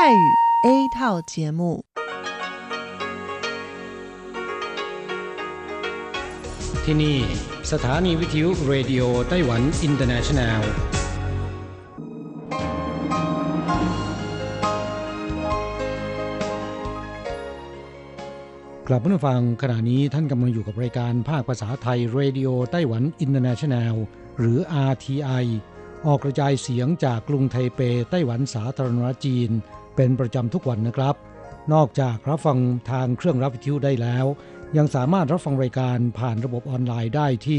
语 A 套节目ที่นี่สถานีวิทยุเรดิโอไต้หวันอินเตอร์เนชั่นแนลกลับมาฟังขณะนี้ท่านกำลังอยู่กับรายการภาคภาษาไทยเรดิโอไต้หวันอินเตอร์เนชั่นแนลหรือ RTI ออกกระจายเสียงจากกรุงไทเปไต้หวันสาธารณรัฐจีนเป็นประจำทุกวันนะครับนอกจากรับฟังทางเครื่องรับวิทยุได้แล้วยังสามารถรับฟังรายการผ่านระบบออนไลน์ได้ที่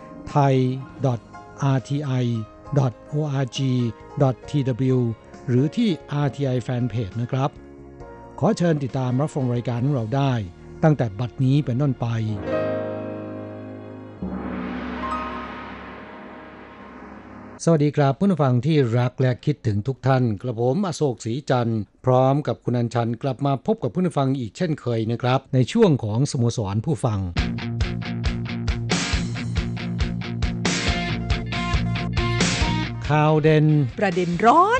thai.rti.org.tw หรือที่ RTI Fanpage นะครับขอเชิญติดตามรับฟังรายการของเราได้ตั้งแต่บัดนี้เป็นต้นไปสวัสดีครับผู้ฟังที่รักและคิดถึงทุกท่านกระผมอโศกศรีจันทร์พร้อมกับคุณอัญชันกลับมาพบกับผู้ฟังอีกเช่นเคยนะครับในช่วงของสโมสรผู้ฟังข่าวเด่นประเด็นร้อน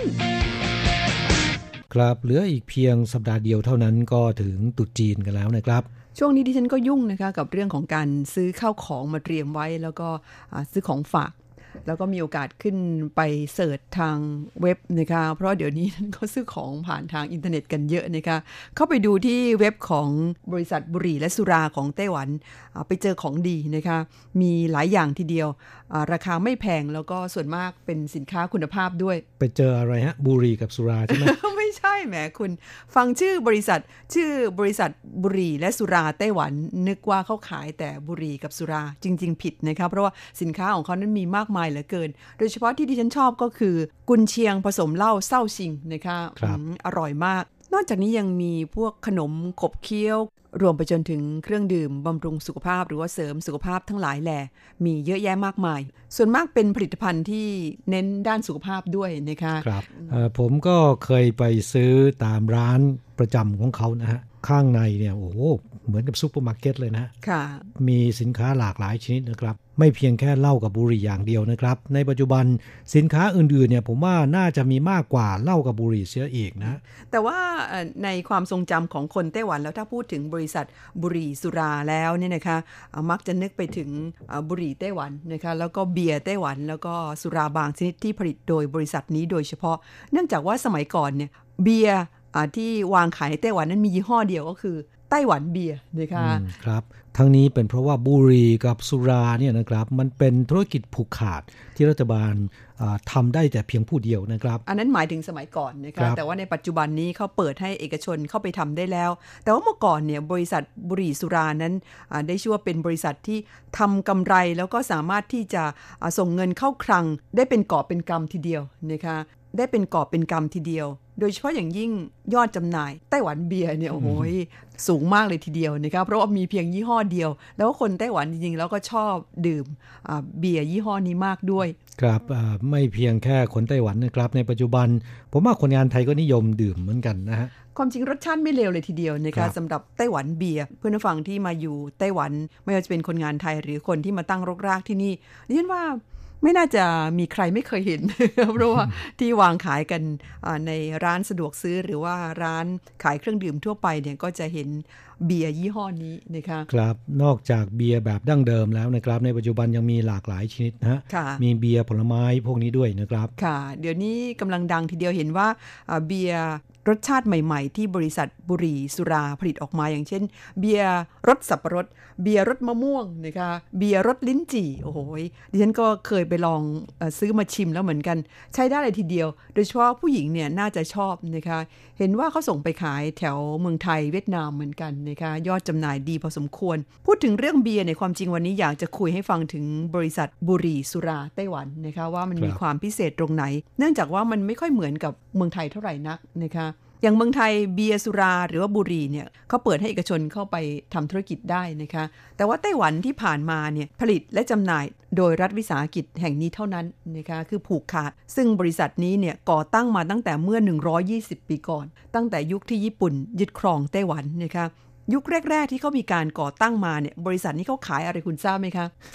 ครับเหลืออีกเพียงสัปดาห์เดียวเท่านั้นก็ถึงตรุษจีนกันแล้วนะครับช่วงนี้ดิฉันก็ยุ่งนะคะกับเรื่องของการซื้อข้าวของมาเตรียมไว้แล้วก็ซื้อของฝากแล้วก็มีโอกาสขึ้นไปเสิร์ชทางเว็บนะคะเพราะเดี๋ยวนี้ก็ซื้อของผ่านทางอินเทอร์เน็ตกันเยอะนะคะเข้าไปดูที่เว็บของบริษัทบุหรี่และสุราของไต้หวันไปเจอของดีนะคะมีหลายอย่างทีเดียวราคาไม่แพงแล้วก็ส่วนมากเป็นสินค้าคุณภาพด้วยไปเจออะไรฮะบุหรี่กับสุราใช่ไหมไม่ใช่แหมคุณฟังชื่อบริษัทบุหรี่และสุราไต้หวันนึกว่าเขาขายแต่บุหรี่กับสุราจริงๆผิดนะคะเพราะว่าสินค้าของเขานั้นมีมากมายเหลือเกินโดยเฉพาะที่ดิฉันชอบก็คือกุนเชียงผสมเหล้าเศร้าชิงนะคะอร่อยมากนอกจากนี้ยังมีพวกขนมขบเคี้ยวรวมไปจนถึงเครื่องดื่มบำรุงสุขภาพหรือว่าเสริมสุขภาพทั้งหลายแหล่มีเยอะแยะมากมายส่วนมากเป็นผลิตภัณฑ์ที่เน้นด้านสุขภาพด้วยนะคะครับผมก็เคยไปซื้อตามร้านประจำของเขานะฮะข้างในเนี่ยโอ้โหเหมือนกับซุปเปอร์มาร์เก็ตเลยนะค่ะมีสินค้าหลากหลายชนิดนะครับไม่เพียงแค่เหล้ากับบุหรี่อย่างเดียวนะครับในปัจจุบันสินค้าอื่นๆเนี่ยผมว่าน่าจะมีมากกว่าเหล้ากับบุหรี่เสียอีกนะแต่ว่าในความทรงจำของคนไต้หวันแล้วถ้าพูดถึงบริษัทบุหรี่สุราแล้วเนี่ยนะคะมักจะนึกไปถึงบุหรี่ไต้หวันนะคะแล้วก็เบียร์ไต้หวันแล้วก็สุราบางชนิดที่ผลิตโดยบริษัทนี้โดยเฉพาะเนื่องจากว่าสมัยก่อนเนี่ยเบียร์ที่วางขายในไต้หวันนั้นมียี่ห้อเดียวก็คือไต้หวันเบียร์นะคะครับทั้งนี้เป็นเพราะว่าบุหรี่กับสุราเนี่ยนะครับมันเป็นธุรกิจผูกขาดที่รัฐบาลทำได้แต่เพียงผู้เดียวนะครับอันนั้นหมายถึงสมัยก่อนนะคะแต่ว่าในปัจจุบันนี้เขาเปิดให้เอกชนเข้าไปทำได้แล้วแต่ว่าเมื่อก่อนเนี่ยบริษัทบุหรี่สุรานั้นได้ชื่อว่าเป็นบริษัทที่ทำกำไรแล้วก็สามารถที่จะส่งเงินเข้าคลังได้เป็นกอบเป็นกำทีเดียวนะคะได้เป็นกอบเป็นกำทีเดียวโดยเฉพาะอย่างยิ่งยอดจำหน่ายไต้หวันเบียร์เนี่ยโอ้โหสูงมากเลยทีเดียวนะครับเพราะว่ามีเพียงยี่ห้อเดียวแล้วคนไต้หวันจริงๆแล้วก็ชอบดื่มเบียร์ยี่ห้อนี้มากด้วยครับไม่เพียงแค่คนไต้หวันนะครับในปัจจุบันผมว่าคนงานไทยก็นิยมดื่มเหมือนกันนะฮะความจริงรสชาติไม่เลวเลยทีเดียวนะคะสำหรับไต้หวันเบียร์เพื่อนผู้ฟังที่มาอยู่ไต้หวันไม่ว่าจะเป็นคนงานไทยหรือคนที่มาตั้งรกรากที่นี่ดิฉันว่าไม่น่าจะมีใครไม่เคยเห็น เพราะว่าที่วางขายกันในร้านสะดวกซื้อหรือว่าร้านขายเครื่องดื่มทั่วไปเนี่ยก็จะเห็นเบียร์ยี่ห้อนี้นะคะครับนอกจากเบียร์แบบดั้งเดิมแล้วนะครับในปัจจุบันยังมีหลากหลายชนิดนะฮะมีเบียร์ผลไม้พวกนี้ด้วยนะครับค่ะเดี๋ยวนี้กำลังดังทีเดียวเห็นว่าเบียร์รสชาติใหม่ๆที่บริษัทบุหรี่สุราผลิตออกมาอย่างเช่นเบียร์รสสับปะรดเบียร์รสมะม่วงนะคะเบียร์รสลิ้นจี่โอ้โหดิฉันก็เคยไปลองซื้อมาชิมแล้วเหมือนกันใช้ได้เลยทีเดียวโดยเฉพาะผู้หญิงเนี่ยน่าจะชอบนะคะเห็นว่าเขาส่งไปขายแถวเมืองไทยเวียดนามเหมือนกันนะคะยอดจำหน่ายดีพอสมควรพูดถึงเรื่องเบียร์ในความจริงวันนี้อยากจะคุยให้ฟังถึงบริษัทบุหรี่สุราไต้หวันนะคะว่ามันมีความพิเศษตรงไหนเนื่องจากว่ามันไม่ค่อยเหมือนกับเมืองไทยเท่าไหร่นักนะคะอย่างเมืองไทยเบียร์สุราหรือว่าบุหรี่เนี่ยเขาเปิดให้เอกชนเข้าไปทำธุรกิจได้นะคะแต่ว่าไต้หวันที่ผ่านมาเนี่ยผลิตและจำหน่ายโดยรัฐวิสาหกิจแห่งนี้เท่านั้นนะคะคือผูกขาดซึ่งบริษัทนี้เนี่ยก่อตั้งมาตั้งแต่เมื่อ120ปีก่อนตั้งแต่ยุคที่ญี่ปุ่นยึดครองไต้หวันนะคะยุคแรกๆที่เขามีการก่อตั้งมาเนี่ยบริษัทนี้เขาขายอะไรคุณทราบไหมคะฟิน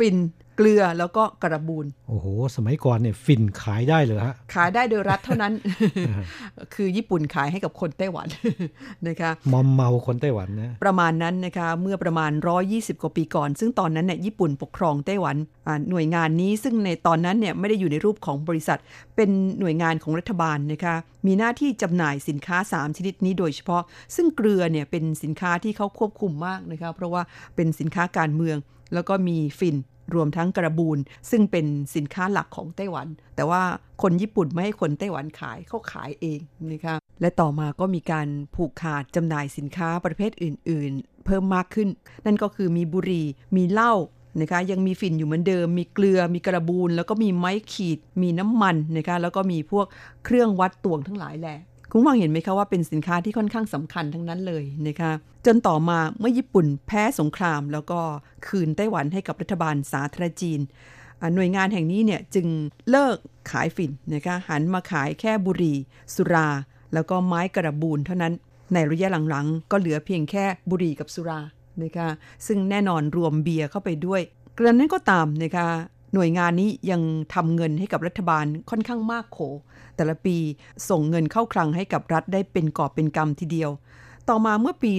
เกลือแล้วก็กระบูนโอ้โหสมัยก่อนเนี่ยฝิ่นขายได้เลยฮะขายได้โดยรัฐเท่านั้น คือญี่ปุ่นขายให้กับคนไต้หวัน นะคะมอมเมาคนไต้หวันนะประมาณนั้นนะคะเมื่อประมาณ120กว่าปีก่อนซึ่งตอนนั้นเนี่ยญี่ปุ่นปกครองไต้หวันหน่วยงานนี้ซึ่งในตอนนั้นเนี่ยไม่ได้อยู่ในรูปของบริษัทเป็นหน่วยงานของรัฐบาลนะคะมีหน้าที่จำหน่ายสินค้า3ชนิดนี้โดยเฉพาะซึ่งเกลือเนี่ยเป็นสินค้าที่เขาควบคุมมากนะคะเพราะว่าเป็นสินค้าการเมืองแล้วก็มีฝิ่นรวมทั้งกระบูนซึ่งเป็นสินค้าหลักของไต้หวันแต่ว่าคนญี่ปุ่นไม่ให้คนไต้หวันขายเขาขายเองนะคะและต่อมาก็มีการผูกขาดจำหน่ายสินค้าประเภทอื่นๆเพิ่มมากขึ้นนั่นก็คือมีบุหรี่มีเหล้านะคะยังมีฝิ่นอยู่เหมือนเดิมมีเกลือมีกระบูนแล้วก็มีไม้ขีดมีน้ำมันนะคะแล้วก็มีพวกเครื่องวัดตวงทั้งหลายแหละคุณฟังเห็นไหมคะว่าเป็นสินค้าที่ค่อนข้างสำคัญทั้งนั้นเลยนะคะจนต่อมาเมื่อญี่ปุ่นแพ้สงครามแล้วก็คืนไต้หวันให้กับรัฐบาลสาธารณจีนหน่วยงานแห่งนี้เนี่ยจึงเลิกขายฝิ่นนะคะหันมาขายแค่บุหรี่สุราแล้วก็ไม้กระบูนเท่านั้นในระยะหลังๆก็เหลือเพียงแค่บุหรี่กับสุรานะคะซึ่งแน่นอนรวมเบียร์เข้าไปด้วยกระนั้นก็ตามนะคะหน่วยงานนี้ยังทำเงินให้กับรัฐบาลค่อนข้างมากโขแต่ละปีส่งเงินเข้าคลังให้กับรัฐได้เป็นกอบเป็นกำทีเดียวต่อมาเมื่อปี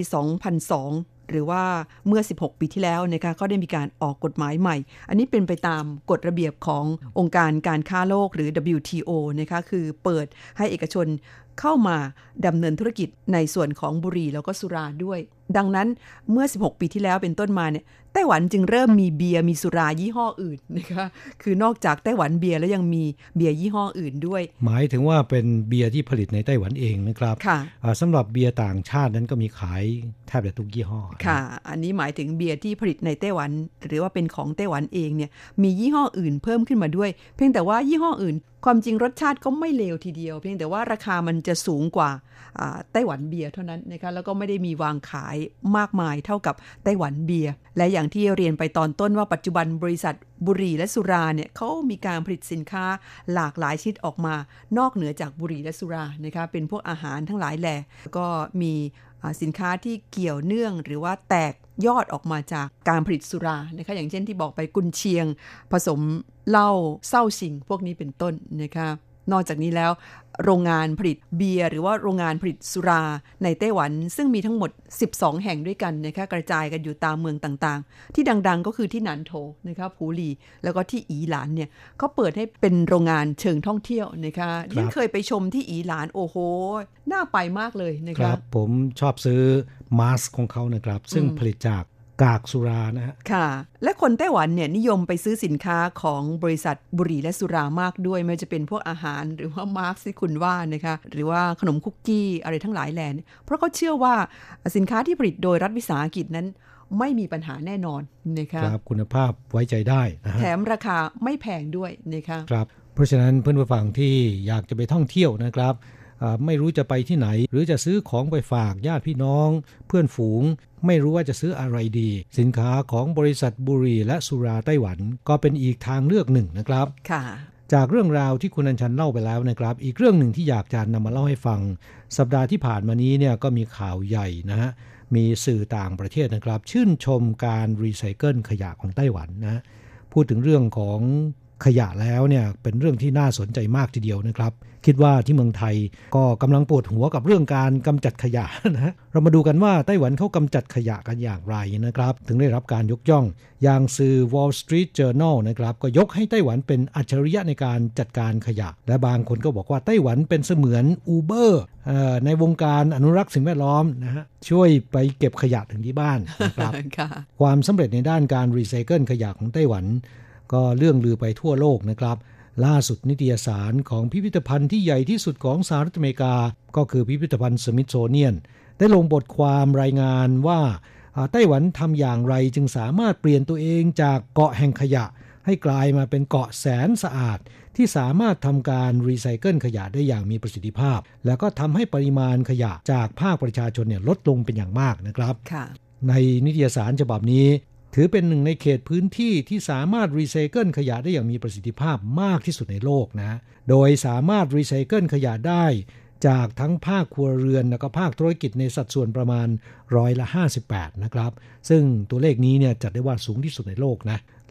2002 หรือว่าเมื่อ16ปีที่แล้วนะคะก็ได้มีการออกกฎหมายใหม่อันนี้เป็นไปตามกฎระเบียบขององค์การการค้าโลกหรือ WTO นะคะคือเปิดให้เอกชนเข้ามาดำเนินธุรกิจในส่วนของบุหรี่แล้วก็สุราด้วยดังนั้นเมื่อ16ปีที่แล้วเป็นต้นมาเนี่ยไต้หวันจึงเริ่มมีเบียร์มีสุรายี่ห้ออื่นนะคะคือนอกจากไต้หวันเบียร์แล้วยังมีเบียร์ยี่ห้ออื่นด้วยหมายถึงว่าเป็นเบียร์ที่ผลิตในไต้หวันเองนะครับค่ะสำหรับเบียร์ต่างชาตินั้นก็มีขายแทบจะทุกยี่ห้อค่ะอันนี้หมายถึงเบียร์ที่ผลิตในไต้หวันหรือว่าเป็นของไต้หวันเองเนี่ยมียี่ห้ออื่นเพิ่มขึ้นมาด้วยเพียงแต่ว่ายี่ห้ออื่นความจริงรสชาติก็ไม่เลวทีเดียวเพียงแต่ว่าราคามันจะสูงกว่าไต้หวันเบียร์เท่านั้นนะคะแล้วก็ไม่ได้มีวางขายมากมายเท่ากับไต้หวันเบียร์และอย่างที่เรียนไปตอนต้นว่าปัจจุบันบริษัทบุหรี่และสุราเนี่ยเขามีการผลิตสินค้าหลากหลายชนิดออกมานอกเหนือจากบุหรี่และสุรานะคะเป็นพวกอาหารทั้งหลายแหล่ก็มีสินค้าที่เกี่ยวเนื่องหรือว่าแตกยอดออกมาจากการผลิตสุรานะคะอย่างเช่นที่บอกไปกุนเชียงผสมเหล้าเศร้าชิงพวกนี้เป็นต้นนะคะนอกจากนี้แล้วโรงงานผลิตเบียร์หรือว่าโรงงานผลิตสุราในไต้หวันซึ่งมีทั้งหมด12แห่งด้วยกันนะคะกระจายกันอยู่ตามเมืองต่างๆที่ดังๆก็คือที่หนานโถนะคะผูหลี่แล้วก็ที่อีหลานเนี่ยเขาเปิดให้เป็นโรงงานเชิงท่องเที่ยวนะคะที่เคยไปชมที่อีหลานโอ้โหน่าไปมากเลยนะคะครับผมชอบซื้อมาสก์ของเขานะครับซึ่งผลิตจากกากสุรานะฮะค่ะและคนไต้หวันเนี่ยนิยมไปซื้อสินค้าของบริษัทบุหรี่และสุรามากด้วยไม่ว่าจะเป็นพวกอาหารหรือว่ามาร์คที่คุณว่านะคะหรือว่าขนมคุกกี้อะไรทั้งหลายแหล่เพราะเขาเชื่อว่าสินค้าที่ผลิตโดยรัฐวิสาหกิจนั้นไม่มีปัญหาแน่นอนนะคะครับคุณภาพไว้ใจได้นะฮะแถมราคาไม่แพงด้วยนะคะครับเพราะฉะนั้นเพื่อนผู้ฟังที่อยากจะไปท่องเที่ยวนะครับไม่รู้จะไปที่ไหนหรือจะซื้อของไปฝากญาติพี่น้องเพื่อนฝูงไม่รู้ว่าจะซื้ออะไรดีสินค้าของบริษัทบุหรี่และสุราไต้หวันก็เป็นอีกทางเลือกหนึ่งนะครับค่ะจากเรื่องราวที่คุณอัญชันเล่าไปแล้วนะครับอีกเรื่องหนึ่งที่อยากจะนำมาเล่าให้ฟังสัปดาห์ที่ผ่านมานี้เนี่ยก็มีข่าวใหญ่นะฮะมีสื่อต่างประเทศนะครับชื่นชมการรีไซเคิลขยะของไต้หวันนะพูดถึงเรื่องของขยะแล้วเนี่ยเป็นเรื่องที่น่าสนใจมากทีเดียวนะครับคิดว่าที่เมืองไทยก็กำลังปวดหัวกับเรื่องการกำจัดขยะนะเรามาดูกันว่าไต้หวันเขากำจัดขยะกันอย่างไรนะครับถึงได้รับการยกย่องอย่างสื่อ Wall Street Journal นะครับก็ยกให้ไต้หวันเป็นอัจฉริยะในการจัดการขยะและบางคนก็บอกว่าไต้หวันเป็นเสมือน Uber ในวงการอนุรักษ์สิ่งแวดล้อมนะฮะช่วยไปเก็บขยะถึงที่บ้านนะครับ ความสำเร็จในด้านการรีไซเคิลขยะของไต้หวันก็เรื่องลือไปทั่วโลกนะครับล่าสุดนิตยสารของพิพิธภัณฑ์ที่ใหญ่ที่สุดของสหรัฐอเมริกาก็คือพิพิธภัณฑ์สมิธโซเนียนได้ลงบทความรายงานว่าไต้หวันทำอย่างไรจึงสามารถเปลี่ยนตัวเองจากเกาะแห่งขยะให้กลายมาเป็นเกาะแสนสะอาดที่สามารถทำการรีไซเคิลขยะได้อย่างมีประสิทธิภาพแล้วก็ทำให้ปริมาณขยะจากภาคประชาชนเนี่ยลดลงเป็นอย่างมากนะครับในนิตยสารฉบับนี้ถือเป็นหนึ่งในเขตพื้นที่ที่สามารถรีไซเคิลขยะได้อย่างมีประสิทธิภาพมากที่สุดในโลกนะโดยสามารถรีไซเคิลขยะได้จากทั้งภาคครัวเรือนและก็ภาคธุรกิจในสัดส่วนประมาณ58%นะครับซึ่งตัวเลขนี้เนี่ยจัดได้ว่าสูงที่สุดในโลกนะ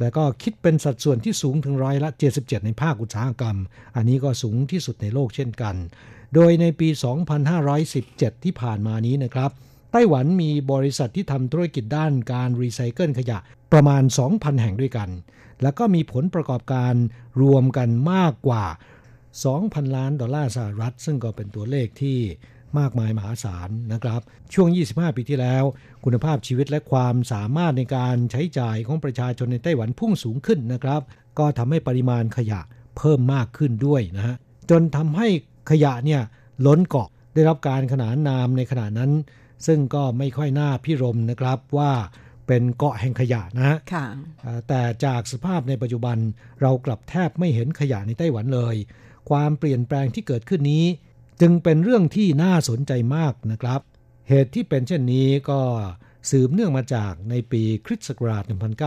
แล้วก็คิดเป็นสัดส่วนที่สูงถึง77%ในภาคอุตสาหกรรมอันนี้ก็สูงที่สุดในโลกเช่นกันโดยในปี 2517 ที่ผ่านมานี้นะครับไต้หวันมีบริษัทที่ทำธุรกิจด้านการรีไซเคิลขยะประมาณ 2,000 แห่งด้วยกันแล้วก็มีผลประกอบการรวมกันมากกว่า 2,000 ล้านดอลลาร์สหรัฐซึ่งก็เป็นตัวเลขที่มากมายมหาศาลนะครับช่วง25ปีที่แล้วคุณภาพชีวิตและความสามารถในการใช้จ่ายของประชาชนในไต้หวันพุ่งสูงขึ้นนะครับก็ทำให้ปริมาณขยะเพิ่มมากขึ้นด้วยนะฮะจนทำให้ขยะเนี่ยล้นเกาะได้รับการขนานนามในขณะนั้นซึ่งก็ไม่ค่อยน่าพิรมย์นะครับว่าเป็นเกาะแห่งขยะนะฮะแต่จากสภาพในปัจจุบันเรากลับแทบไม่เห็นขยะในไต้หวันเลยความเปลี่ยนแปลงที่เกิดขึ้นนี้จึงเป็นเรื่องที่น่าสนใจมากนะครับเหตุที่เป็นเช่นนี้ก็สืบเนื่องมาจากในปีคริสต์ศักราช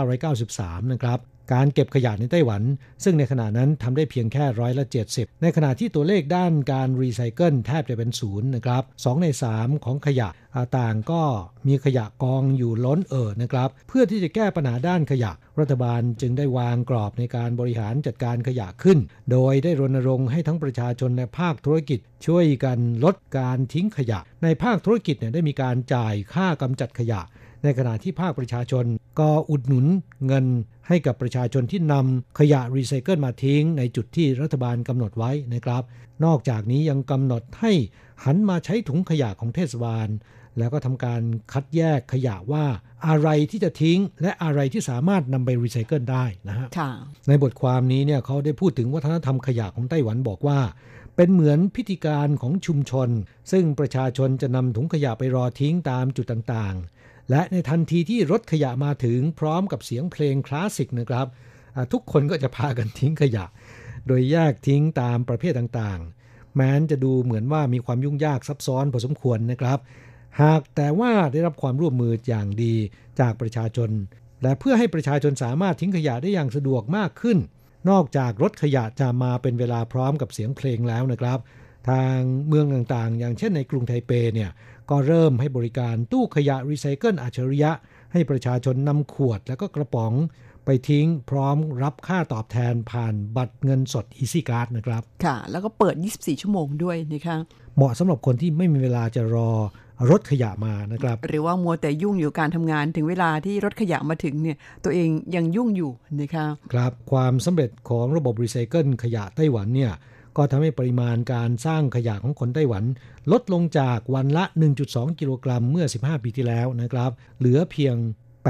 1993 นะครับการเก็บขยะในไต้หวันซึ่งในขณะนั้นทำได้เพียงแค่70%ในขณะที่ตัวเลขด้านการรีไซเคิลแทบจะเป็นศูนย์นะครับ2ใน3ของขยะต่างก็มีขยะกองอยู่ล้นนะครับเพื่อที่จะแก้ปัญหาด้านขยะรัฐบาลจึงได้วางกรอบในการบริหารจัดการขยะขึ้นโดยได้รณรงค์ให้ทั้งประชาชนและภาคธุรกิจช่วยกันลดการทิ้งขยะในภาคธุรกิจได้มีการจ่ายค่ากำจัดขยะในขณะที่ภาคประชาชนก็อุดหนุนเงินให้กับประชาชนที่นำขยะรีไซเคิลมาทิ้งในจุดที่รัฐบาลกำหนดไว้นะครับนอกจากนี้ยังกำหนดให้หันมาใช้ถุงขยะของเทศบาลแล้วก็ทำการคัดแยกขยะว่าอะไรที่จะทิ้งและอะไรที่สามารถนำไปรีไซเคิลได้นะฮะในบทความนี้เนี่ยเขาได้พูดถึงวัฒนธรรมขยะของไต้หวันบอกว่าเป็นเหมือนพิธีการของชุมชนซึ่งประชาชนจะนำถุงขยะไปรอทิ้งตามจุดต่างๆและในทันทีที่รถขยะมาถึงพร้อมกับเสียงเพลงคลาสสิกนะครับทุกคนก็จะพากันทิ้งขยะโดยแยกทิ้งตามประเภทต่างๆแม้นจะดูเหมือนว่ามีความยุ่งยากซับซ้อนพอสมควรนะครับหากแต่ว่าได้รับความร่วมมืออย่างดีจากประชาชนและเพื่อให้ประชาชนสามารถทิ้งขยะได้อย่างสะดวกมากขึ้นนอกจากรถขยะจะมาเป็นเวลาพร้อมกับเสียงเพลงแล้วนะครับทางเมืองต่างๆอย่างเช่นในกรุงไทเปเนี่ยก็เริ่มให้บริการตู้ขยะรีไซเคิลอัจฉริยะให้ประชาชนนำขวดและก็กระป๋องไปทิ้งพร้อมรับค่าตอบแทนผ่านบัตรเงินสด Easy Card นะครับค่ะแล้วก็เปิด24ชั่วโมงด้วยนะคะเหมาะสำหรับคนที่ไม่มีเวลาจะรอรถขยะมานะครับหรือว่ามัวแต่ยุ่งอยู่การทำงานถึงเวลาที่รถขยะมาถึงเนี่ยตัวเองยังยุ่งอยู่นะคะครับความสำเร็จของระบบรีไซเคิลขยะไต้หวันเนี่ยก็ทำให้ปริมาณการสร้างขยะของคนไต้หวันลดลงจากวันละ 1.2 กิโลกรัมเมื่อ15ปีที่แล้วนะครับเหลือเพียง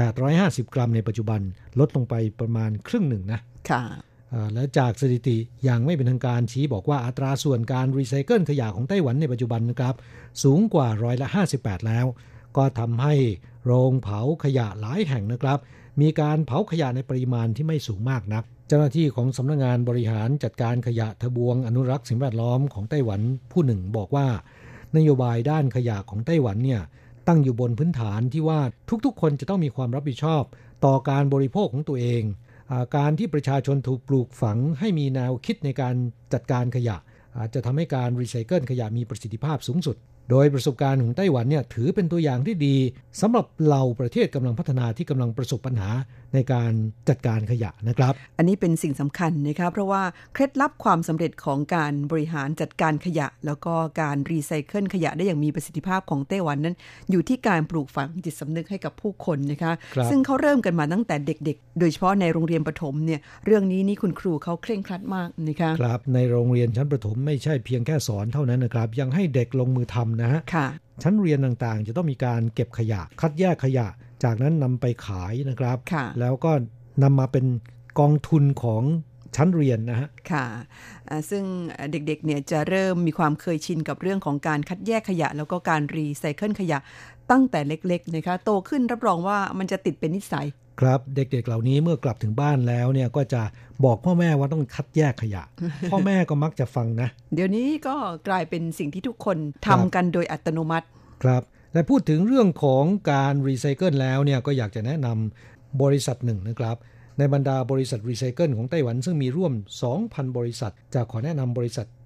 850กรัมในปัจจุบันลดลงไปประมาณครึ่งหนึ่งนะค่ะและจากสถิติอย่างไม่เป็นทางการชี้บอกว่าอัตราส่วนการรีไซเคิลขยะของไต้หวันในปัจจุบันนะครับสูงกว่า58%แล้วก็ทำให้โรงเผาขยะหลายแห่งนะครับมีการเผาขยะในปริมาณที่ไม่สูงมากนักเจ้าหน้าที่ของสำนักงานบริหารจัดการขยะทบวงอนุรักษ์สิ่งแวดล้อมของไต้หวันผู้หนึ่งบอกว่านโยบายด้านขยะของไต้หวันเนี่ยตั้งอยู่บนพื้นฐานที่ว่าทุกๆคนจะต้องมีความรับผิดชอบต่อการบริโภคของตัวเองการที่ประชาชนถูกปลูกฝังให้มีแนวคิดในการจัดการขยะจะทำให้การรีไซเคิลขยะมีประสิทธิภาพสูงสุดโดยประสบการณ์ของไต้หวันเนี่ยถือเป็นตัวอย่างที่ดีสำหรับเหล่าประเทศกำลังพัฒนาที่กำลังประสบปัญหาในการจัดการขยะนะครับอันนี้เป็นสิ่งสำคัญนะครับเพราะว่าเคล็ดลับความสำเร็จของการบริหารจัดการขยะแล้วก็การรีไซเคิลขยะได้อย่างมีประสิทธิภาพของไต้หวันนั้นอยู่ที่การปลูกฝังจิตสำนึกให้กับผู้คนนะคะซึ่งเขาเริ่มกันมาตั้งแต่เด็กๆโดยเฉพาะในโรงเรียนประถมเนี่ยเรื่องนี้นี่คุณครูเขาเคร่งครัดมากนะคะครับในโรงเรียนชั้นประถมไม่ใช่เพียงแค่สอนเท่านั้นนะครับยังให้เด็กลงมือทำนะฮะชั้นเรียนต่างๆจะต้องมีการเก็บขยะคัดแยกขยะจากนั้นนำไปขายนะครับแล้วก็นำมาเป็นกองทุนของชั้นเรียนนะฮะค่ะซึ่งเด็กๆเนี่ยจะเริ่มมีความเคยชินกับเรื่องของการคัดแยกขยะแล้วก็การรีไซเคิลขยะตั้งแต่เล็กๆนะคะโตขึ้นรับรองว่ามันจะติดเป็นนิสัยครับเด็กๆเหล่านี้เมื่อกลับถึงบ้านแล้วเนี่ยก็จะบอกพ่อแม่ว่าต้องคัดแยกขยะ พ่อแม่ก็มักจะฟังนะเดี๋ยวนี้ก็กลายเป็นสิ่งที่ทุกคนทำกันโดยอัตโนมัติครับและพูดถึงเรื่องของการรีไซเคิลแล้วเนี่ยก็อยากจะแนะนำบริษัทหนึ่งนะครับในบรรดาบริษัทรีไซเคิลของไต้หวันซึ่งมีร่วม 2,000 บริษัทจะขอแนะนำบริษัท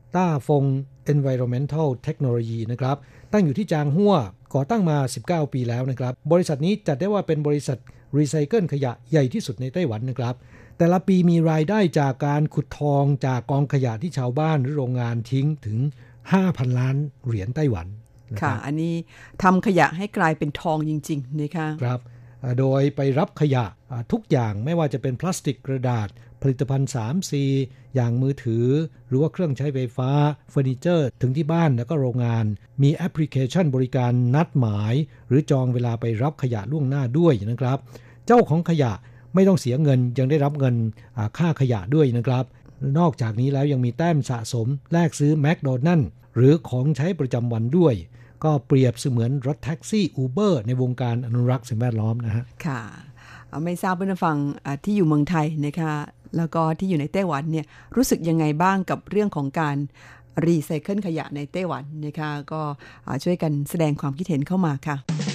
ต้าฟง Environmental Technology นะครับตั้งอยู่ที่จางฮั่วก่อตั้งมา19ปีแล้วนะครับบริษัทนี้จัดได้ว่าเป็นบริษัทรีไซเคิลขยะใหญ่ที่สุดในไต้หวันนะครับแต่ละปีมีรายได้จากการขุดทองจากกองขยะที่ชาวบ้านหรือโรงงานทิ้งถึง 5,000 ล้านเหรียญไต้หวันค่ะอันนี้ทำขยะให้กลายเป็นทองจริงๆนะคะครับโดยไปรับขยะทุกอย่างไม่ว่าจะเป็นพลาสติกกระดาษผลิตภัณฑ์ 3C อย่างมือถือหรือว่าเครื่องใช้ไฟฟ้าเฟอร์นิเจอร์ถึงที่บ้านแล้วก็โรงงานมีแอปพลิเคชันบริการนัดหมายหรือจองเวลาไปรับขยะล่วงหน้าด้วยนะครับเจ้าของขยะไม่ต้องเสียเงินยังได้รับเงินค่าขยะด้วยนะครับนอกจากนี้แล้วยังมีแต้มสะสมแลกซื้อแมคโดนัลด์หรือของใช้ประจำวันด้วยก็เปรียบเสมือนรถแท็กซี่ Uber ในวงการอนุรักษ์สิ่งแวดล้อมนะฮะค่ะไม่ทราบเพื่อนฟังที่อยู่เมืองไทยนะคะแล้วก็ที่อยู่ในไต้หวันเนี่ยรู้สึกยังไงบ้างกับเรื่องของการรีไซเคิลขยะในไต้หวันนะคะก็ช่วยกันแสดงความคิดเห็นเข้ามาค่ะ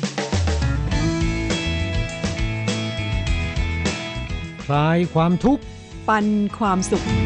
คลายความทุกข์ปันความสุข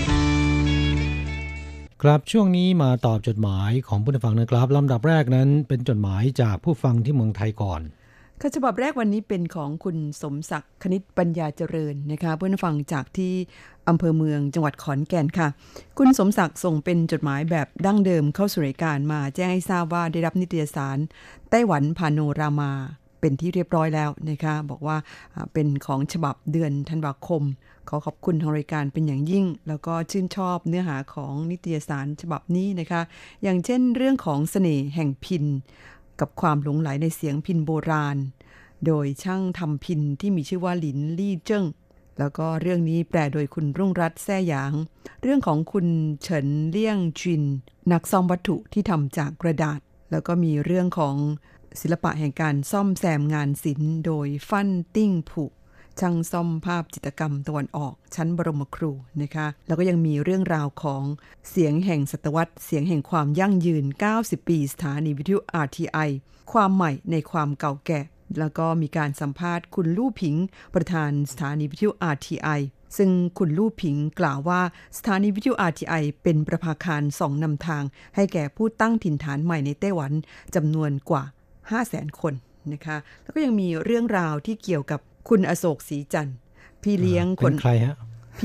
ครับช่วงนี้มาตอบจดหมายของผู้ฟังนะครับลำดับแรกนั้นเป็นจดหมายจากผู้ฟังที่เมืองไทยก่อนฉบับแรกวันนี้เป็นของคุณสมศักดิ์คณิตปัญญาเจริญนะคะผู้ฟังจากที่อำเภอเมืองจังหวัดขอนแก่นค่ะคุณสมศักดิ์ส่งเป็นจดหมายแบบดั้งเดิมเข้าสู่รายการมาแจ้งให้ทราบว่าได้รับนิตยสารไต้หวันพาโนรามาเป็นที่เรียบร้อยแล้วนะคะบอกว่าเป็นของฉบับเดือนธันวาคมขอขอบคุณทางรายการเป็นอย่างยิ่งแล้วก็ชื่นชอบเนื้อหาของนิตยสารฉบับนี้นะคะอย่างเช่นเรื่องของเสน่ห์แห่งพิณกับความหลงไหลในเสียงพิณโบราณโดยช่างทำพิณที่มีชื่อว่าหลินลี่เจิ้งแล้วก็เรื่องนี้แปลโดยคุณรุ่งรัตน์แซ่หยางเรื่องของคุณเฉินเลี่ยงจินนักซ่อมวัตถุที่ทำจากกระดาษแล้วก็มีเรื่องของศิลปะแห่งการซ่อมแซมงานศิลป์โดยฟั่นติ้งผุช่างซ่อมภาพจิตรกรรมตะวันออกชั้นบรมครูนะคะแล้วก็ยังมีเรื่องราวของเสียงแห่งศตวรรษเสียงแห่งความยั่งยืน90ปีสถานีวิทยุ RTI ความใหม่ในความเก่าแก่แล้วก็มีการสัมภาษณ์คุณลู่ผิงประธานสถานีวิทยุ RTI ซึ่งคุณลู่ผิงกล่าวว่าสถานีวิทยุ RTI เป็นประภาคารส่องนำทางให้แก่ผู้ตั้งถิ่นฐานใหม่ในไต้หวันจำนวนกว่า 500,000 คนนะคะแล้วก็ยังมีเรื่องราวที่เกี่ยวกับคุณอโศกศรีจันทร์พี่เลี้ยงคนใครฮะ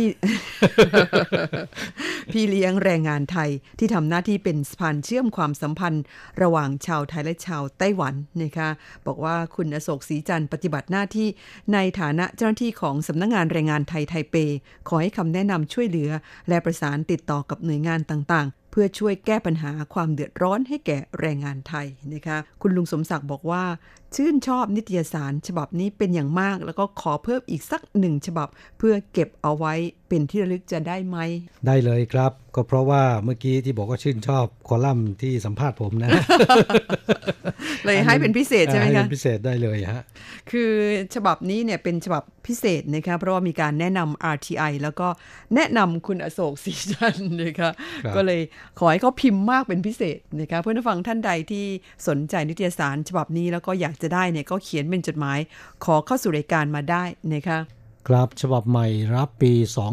พี่เลี้ยงแรงงานไทยที่ทำหน้าที่เป็นสะพานเชื่อมความสัมพันธ์ระหว่างชาวไทยและชาวไต้หวันนะคะบอกว่าคุณอโศกศรีจันทร์ปฏิบัติหน้าที่ในฐานะเจ้าหน้าที่ของสำนักงานแรงงานไทยไทเปขอให้คำแนะนำช่วยเหลือและประสานติดต่อกับหน่วยงานต่างๆเพื่อช่วยแก้ปัญหาความเดือดร้อนให้แก่แรงงานไทยนะคะคุณลุงสมศักดิ์บอกว่าชื่นชอบนิตยสารฉบับนี้เป็นอย่างมากแล้วก็ขอเพิ่มอีกสัก1ฉบับเพื่อเก็บเอาไว้เป็นที่ระลึกจะได้ไหมได้เลยครับก็เพราะว่าเมื่อกี้ที่บอกว่าชื่นชอบคอลัมน์ที่สัมภาษณ์ผมนะเลยให้เป็นพิเศษใช่ไหมคะให้เป็นพิเศษได้เลยฮะคือฉบับนี้เนี่ยเป็นฉบับพิเศษนะคะเพราะว่ามีการแนะนำ RTI แล้วก็แนะนำคุณอโศกศรีจันทร์นะคะก็เลยขอให้เขาพิมพ์มากเป็นพิเศษนะคะเพื่อนผู้ฟังท่านใดที่สนใจนิตยสารฉบับนี้แล้วก็อยากจะได้เนี่ยก็เขียนเป็นจดหมายขอเข้าสู่รายการมาได้นะคะครับฉบับใหม่รับปี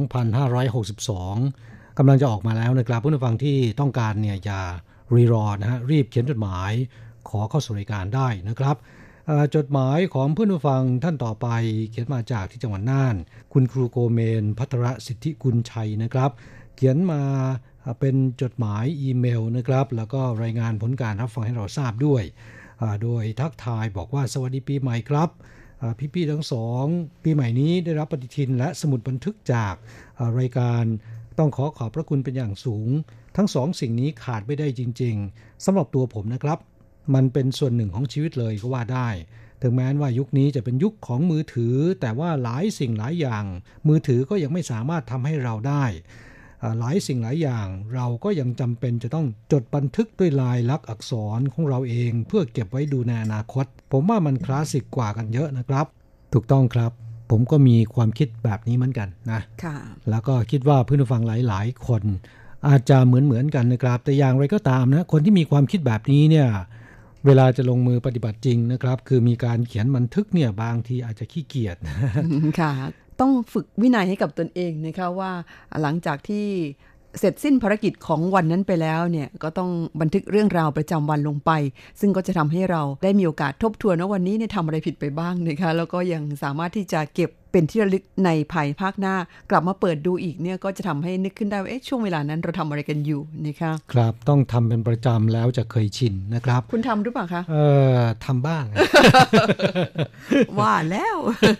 2562 กำลังจะออกมาแล้วนะครับผู้ฟังที่ต้องการเนี่ยอย่ารีรอนะฮะรีบเขียนจดหมายขอเข้าสู่รายการได้นะครับจดหมายของเพื่อนผู้ฟังท่านต่อไปเขียนมาจากที่จังหวัดน่านคุณครูโกเมนภัทรสิทธิกุลชัยนะครับเขียนมาเป็นจดหมายอีเมลนะครับแล้วก็รายงานผลการรับฟังให้เราทราบด้วยโดยทักทายบอกว่าสวัสดีปีใหม่ครับพี่ๆทั้งสองปีใหม่นี้ได้รับปฏิทินและสมุดบันทึกจากรายการต้องขอบพระคุณเป็นอย่างสูงทั้งสองสิ่งนี้ขาดไม่ได้จริงๆสำหรับตัวผมนะครับมันเป็นส่วนหนึ่งของชีวิตเลยก็ว่าได้ถึงแม้ว่ายุคนี้จะเป็นยุคของมือถือแต่ว่าหลายสิ่งหลายอย่างมือถือก็ยังไม่สามารถทำให้เราได้หลายสิ่งหลายอย่างเราก็ยังจำเป็นจะต้องจดบันทึกด้วยลายลักษณ์อักษรของเราเองเพื่อเก็บไว้ดูในอนาคตผมว่ามันคลาสสิกกว่ากันเยอะนะครับถูกต้องครับผมก็มีความคิดแบบนี้เหมือนกันนะแล้วก็คิดว่าเพื่อนผู้ฟังหลายๆคนอาจจะเหมือนกันนะครับแต่อย่างไรก็ตามนะคนที่มีความคิดแบบนี้เนี่ยเวลาจะลงมือปฏิบัติจริงนะครับคือมีการเขียนบันทึกเนี่ยบางทีอาจจะขี้เกียจค่ะต้องฝึกวินัยให้กับตนเองนะคะว่าหลังจากที่เสร็จสิ้นภารกิจของวันนั้นไปแล้วเนี่ยก็ต้องบันทึกเรื่องราวประจำวันลงไปซึ่งก็จะทำให้เราได้มีโอกาสทบทวนว่าวันนี้เนี่ยทำอะไรผิดไปบ้างนะคะแล้วก็ยังสามารถที่จะเก็บเป็นที่ระลึกในภายภาคหน้ากลับมาเปิดดูอีกเนี่ยก็จะทำให้นึกขึ้นได้ว่าช่วงเวลานั้นเราทำอะไรกันอยู่นะคะครับต้องทำเป็นประจำแล้วจะเคยชินนะครับคุณทำหรือเปล่าคะทำบ้างว่าแล้ว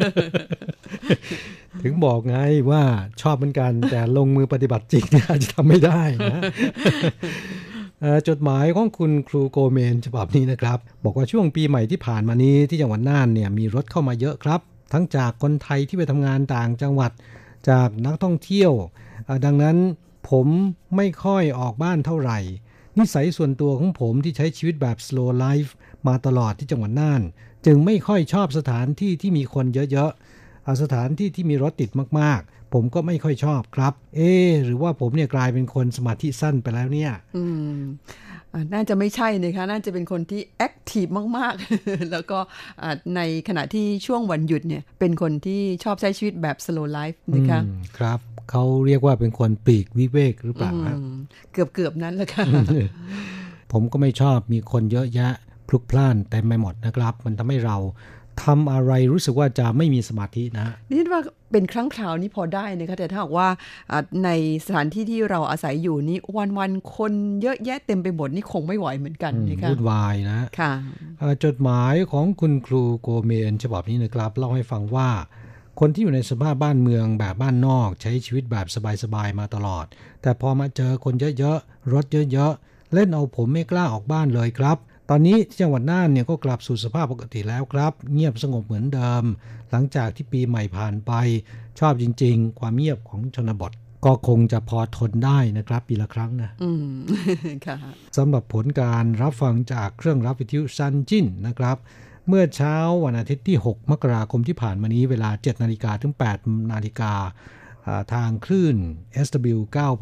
ถึงบอกไงว่าชอบเหมือนกันแต่ลงมือปฏิบัติจริงอาจจะทำไม่ได้นะจดหมายของคุณครูโกเมนฉบับนี้นะครับบอกว่าช่วงปีใหม่ที่ผ่านมานี้ที่จังหวัดน่านเนี่ยมีรถเข้ามาเยอะครับทั้งจากคนไทยที่ไปทำงานต่างจังหวัดจากนักท่องเที่ยวดังนั้นผมไม่ค่อยออกบ้านเท่าไหร่นิสัยส่วนตัวของผมที่ใช้ชีวิตแบบ slow life มาตลอดที่จังหวัดน่านจึงไม่ค่อยชอบสถานที่ที่มีคนเยอะๆสถานที่ที่มีรถติดมากๆผมก็ไม่ค่อยชอบครับหรือว่าผมเนี่ยกลายเป็นคนสมาธิสั้นไปแล้วเนี่ยน่าจะไม่ใช่นะคะน่าจะเป็นคนที่แอคทีฟมากๆ แล้วก็ในขณะที่ช่วงวันหยุดเนี่ยเป็นคนที่ชอบใช้ชีวิตแบบ slow life นะคะครับเขาเรียกว่าเป็นคนปลีกวิเวกหรือเปล่าเกือบนั้นแหละค่ะผมก็ไม่ชอบมีคนเยอะแยะพลุกพล่านเต็มไปหมดนะครับมันทำให้เราทำอะไรรู้สึกว่าจะไม่มีสมาธินะนี่ว่าเป็นครั้งคราวนี้พอได้นะคะแต่ถ้าหากว่าในสถานที่ที่เราอาศัยอยู่นี้วันๆคนเยอะแยะเต็มไปหมดนี่คงไม่ไหวเหมือนกันนะคะวุ่นวายนะค่ะจดหมายของคุณครูโกเมนฉบับนี้นะครับเล่าให้ฟังว่าคนที่อยู่ในสภาพบ้านเมืองแบบบ้านนอกใช้ชีวิตแบบสบายๆมาตลอดแต่พอมาเจอคนเยอะๆรถเยอะๆเล่นเอาผมไม่กล้าออกบ้านเลยครับตอนนี้ที่จังหวัดน่านเนี่ยก็กลับสู่สภาพปกติแล้วครับเงียบสงบเหมือนเดิมหลังจากที่ปีใหม่ผ่านไปชอบจริงๆความเงียบของชนบทก็คงจะพอทนได้นะครับปีละครั้งนะค่ะสำหรับผลการรับฟังจากเครื่องรับวิทยุซันจินนะครับเมื่อเช้าวันอาทิตย์ที่6มกราคมที่ผ่านมานี้เวลา 7:00 นถึง 8:00 นทางคลื่น SW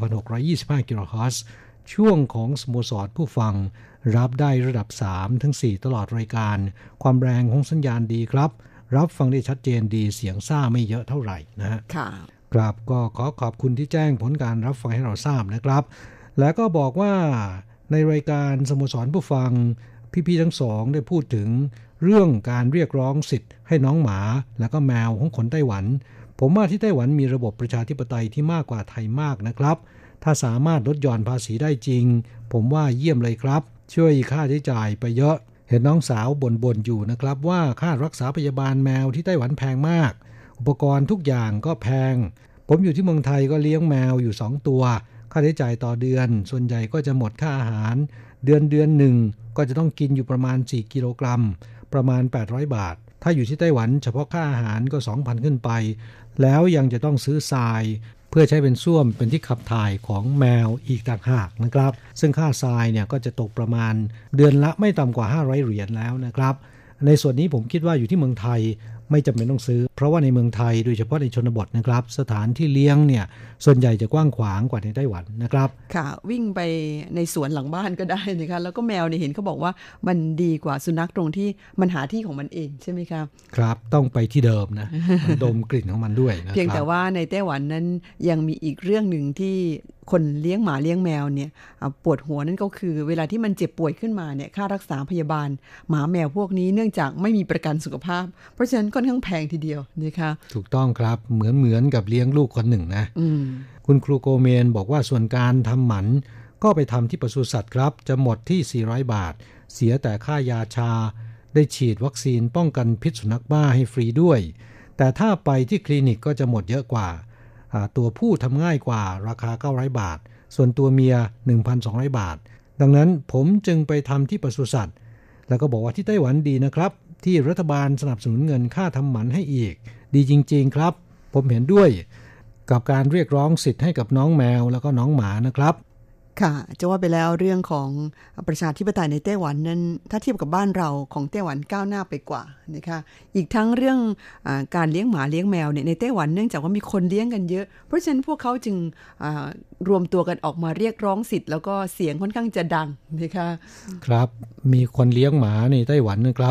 9625 kHz ช่วงของสโมสรผู้ฟังรับได้ระดับ 3-4 ตลอดรายการความแรงของสัญญาณดีครับรับฟังได้ชัดเจนดีเสียงซ่าไม่เยอะเท่าไหร่นะฮะครับก็ขอขอบคุณที่แจ้งผลการรับฟังให้เราทราบนะครับแล้วก็บอกว่าในรายการสโมสรผู้ฟังพี่ๆทั้งสองได้พูดถึงเรื่องการเรียกร้องสิทธิ์ให้น้องหมาและก็แมวของคนไต้หวันผมว่าที่ไต้หวันมีระบบประชาธิปไตยที่มากกว่าไทยมากนะครับถ้าสามารถลดหย่อนภาษีได้จริงผมว่าเยี่ยมเลยครับช่วยค่าใช้จ่ายไปเยอะเห็นน้องสาวบ่นอยู่นะครับว่าค่ารักษาพยาบาลแมวที่ไต้หวันแพงมากอุปกรณ์ทุกอย่างก็แพงผมอยู่ที่เมืองไทยก็เลี้ยงแมวอยู่2ตัวค่าใช้จ่ายต่อเดือนส่วนใหญ่ก็จะหมดค่าอาหารเดือนหนึ่งก็จะต้องกินอยู่ประมาณ4กิโลกรัมประมาณ800 บาทถ้าอยู่ที่ไต้หวันเฉพาะค่าอาหารก็ 2,000 ขึ้นไปแล้วยังจะต้องซื้อทรายเพื่อใช้เป็นส้วมเป็นที่ขับถ่ายของแมวอีกต่างหากนะครับซึ่งค่าทรายเนี่ยก็จะตกประมาณเดือนละไม่ต่ำกว่า500เหรียญแล้วนะครับในส่วนนี้ผมคิดว่าอยู่ที่เมืองไทยไม่จำเป็นต้องซื้อเพราะว่าในเมืองไทยโดยเฉพาะในชนบทนะครับสถานที่เลี้ยงเนี่ยส่วนใหญ่จะกว้างขวางกว่าในไต้หวันนะครับค่ะวิ่งไปในสวนหลังบ้านก็ได้นะคะแล้วก็แมวเนี่ยเห็นเขาบอกว่ามันดีกว่าสุนัขตรงที่มันหาที่ของมันเองใช่ไหมครับครับต้องไปที่เดิมนะดมกลิ่นของมันด้วยนะเพียงแต่ว่าในไต้หวันนั้นยังมีอีกเรื่องหนึ่งที่คนเลี้ยงหมาเลี้ยงแมวเนี่ยปวดหัวนั่นก็คือเวลาที่มันเจ็บป่วยขึ้นมาเนี่ยค่ารักษาพยาบาลหมาแมวพวกนี้เนื่องจากไม่มีประกันสุขภาพเพราะฉะนั้นค่อนข้างแพงทีเดียวนะคะถูกต้องครับเหมือนกับเลี้ยงลูกคนหนึ่งนะคุณครูโกเมนบอกว่าส่วนการทำหมันก็ไปทำที่ปศุสัตว์ครับจะหมดที่400 บาทเสียแต่ค่ายาชาได้ฉีดวัคซีนป้องกันพิษสุนัขบ้าให้ฟรีด้วยแต่ถ้าไปที่คลินิกก็จะหมดเยอะกว่าตัวผู้ทำง่ายกว่าราคา900 บาทส่วนตัวเมีย 1,200 บาทดังนั้นผมจึงไปทำที่ปศุสัตว์แล้วก็บอกว่าที่ไต้หวันดีนะครับที่รัฐบาลสนับสนุนเงินค่าทำหมันให้อีกดีจริงๆครับผมเห็นด้วยกับการเรียกร้องสิทธิ์ให้กับน้องแมวแล้วก็น้องหมานะครับค่ะจะว่าไปแล้วเรื่องของประชาธิปไตยในไต้หวันนั้นถ้าเทียบกับบ้านเราของไต้หวันก้าวหน้าไปกว่านะคะอีกทั้งเรื่องการเลี้ยงหมาเลี้ยงแมวเนี่ยในไต้หวันเนื่องจากว่ามีคนเลี้ยงกันเยอะเพราะฉะนั้นพวกเขาจึงรวมตัวกันออกมาเรียกร้องสิทธิ์แล้วก็เสียงค่อนข้างจะดังนะคะครับมีคนเลี้ยงหมาในไต้หวันนะครับ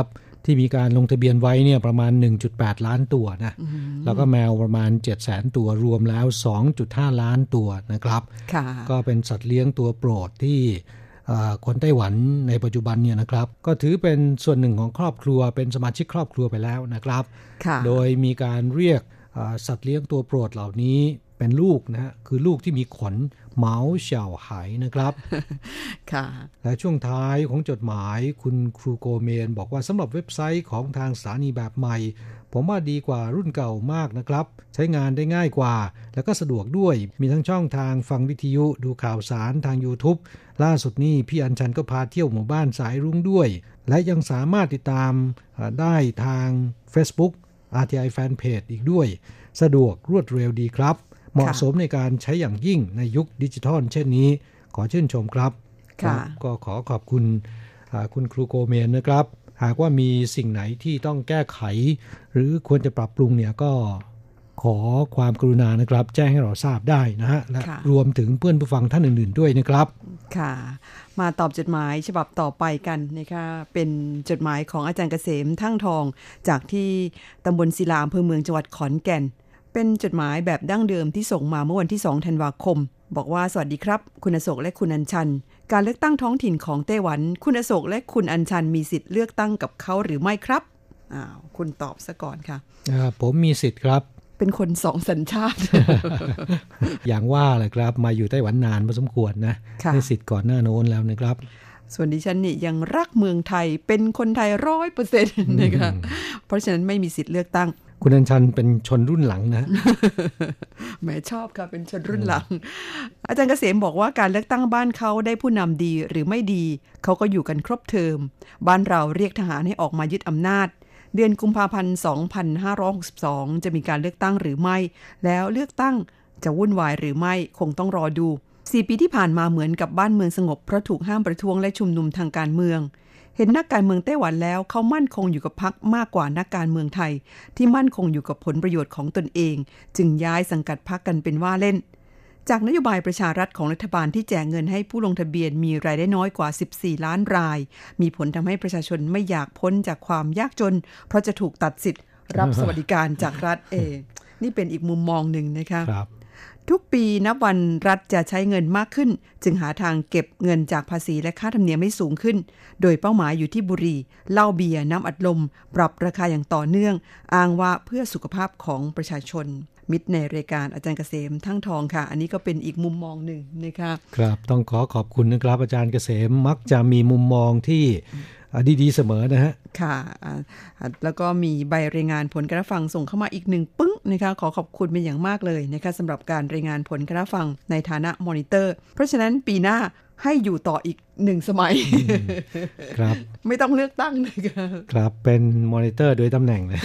ที่มีการลงทะเบียนไว้เนี่ยประมาณ 1.8 ล้านตัวนะแล้วก็แมวประมาณ 700,000 ตัวรวมแล้ว 2.5 ล้านตัวนะครับก็เป็นสัตว์เลี้ยงตัวโปรดที่คนไต้หวันในปัจจุบันเนี่ยนะครับก็ถือเป็นส่วนหนึ่งของครอบครัวเป็นสมาชิกครอบครัวไปแล้วนะครับโดยมีการเรียกสัตว์เลี้ยงตัวโปรดเหล่านี้เป็นลูกนะฮะคือลูกที่มีขนเหมาเฉาไหนะครับและช่วงท้ายของจดหมายคุณครูโกเมนบอกว่าสำหรับเว็บไซต์ของทางสถานีแบบใหม่ผมว่าดีกว่ารุ่นเก่ามากนะครับใช้งานได้ง่ายกว่าแล้วก็สะดวกด้วยมีทั้งช่องทางฟังวิทยุดูข่าวสารทาง YouTube ล่าสุดนี้พี่อัญชันก็พาเที่ยวหมู่บ้านสายรุ้งด้วยและยังสามารถติดตามได้ทาง Facebook RTI Fanpage อีกด้วยสะดวกรวดเร็วดีครับเหมาะสมในการใช้อย่างยิ่งในยุคดิจิทัลเช่นนี้ขอชื่นชมครับก็ขอขอบคุณคุณครูโกเมนนะครับหากว่ามีสิ่งไหนที่ต้องแก้ไขหรือควรจะปรับปรุงเนี่ยก็ขอความกรุณานะครับแจ้งให้เราทราบได้นะฮะและรวมถึงเพื่อนผู้ฟังท่านอื่นๆด้วยนะครับค่ะมาตอบจดหมายฉบับต่อไปกันนะคะเป็นจดหมายของอาจารย์เกษมทั่งทองจากที่ตำบลศิลาอำเภอเมืองจังหวัดขอนแก่นเป็นจดหมายแบบดั้งเดิมที่ส่งมาเมื่อวันที่2ธันวาคมบอกว่าสวัสดีครับคุณอโศกและคุณอัญชันการเลือกตั้งท้องถิ่นของไต้หวันคุณอโศกและคุณอัญชันมีสิทธิ์เลือกตั้งกับเขาหรือไม่ครับคุณตอบซะก่อนค่ะผมมีสิทธิ์ครับเป็นคนสองสัญชาติอย่างว่าแหละครับมาอยู่ไต้หวันนานพอสมควรนะได้สิทธิ์ก่อนหน้าโน้นแล้วนะครับส่วนดิฉันนี่ยังรักเมืองไทยเป็นคนไทย 100% นะคะเพราะฉะนั้นไม่มีสิทธิ์เลือกตั้งคุณอัญชันเป็นชนรุ่นหลังนะแหมชอบค่ะเป็นชนรุ่นหลังอาจารย์เกษมบอกว่าการเลือกตั้งบ้านเขาได้ผู้นำดีหรือไม่ดีเขาก็อยู่กันครบเทอมบ้านเราเรียกทหารให้ออกมายึดอำนาจเดือนกุมภาพันธ์ 2562 จะมีการเลือกตั้งหรือไม่แล้วเลือกตั้งจะวุ่นวายหรือไม่คงต้องรอดู4 ปีที่ผ่านมาเหมือนกับบ้านเมืองสงบเพราะถูกห้ามประท้วงและชุมนุมทางการเมืองเห็นนักการเมืองไต้หวันแล้วเขามั่นคงอยู่กับพรรคมากกว่านักการเมืองไทยที่มั่นคงอยู่กับผลประโยชน์ของตนเองจึงย้ายสังกัดพรรคกันเป็นว่าเล่นจากนโยบายประชารัฐของรัฐบาลที่แจกเงินให้ผู้ลงทะเบียนมีรายได้น้อยกว่า14ล้านรายมีผลทำให้ประชาชนไม่อยากพ้นจากความยากจนเพราะจะถูกตัดสิทธิ์รับสวัสดิการจากรัฐเองนี่เป็นอีกมุมมองหนึ่งนะคะทุกปีนับวันรัฐจะใช้เงินมากขึ้นจึงหาทางเก็บเงินจากภาษีและค่าธรรมเนียมให้สูงขึ้นโดยเป้าหมายอยู่ที่บุหรี่เหล้าเบียร์น้ำอัดลมปรับราคาอย่างต่อเนื่องอ้างว่าเพื่อสุขภาพของประชาชนมิตรในรายการอาจารย์เกษมทั่งทองค่ะอันนี้ก็เป็นอีกมุมมองหนึ่งนะคะครับต้องขอบคุณนะครับอาจารย์เกษมมักจะมีมุมมองที่ดีๆเสมอนะฮะค่ะแล้วก็มีใบรายงานผลการรับฟังส่งเข้ามาอีก1ปึ้งนะคะขอบคุณเป็นอย่างมากเลยนะคะสำหรับการรายงานผลการรับฟังในฐานะมอนิเตอร์เพราะฉะนั้นปีหน้าให้อยู่ต่ออีก1สมัยครับไม่ต้องเลือกตั้งนะคะครับเป็นมอนิเตอร์โดยตำแหน่งเลย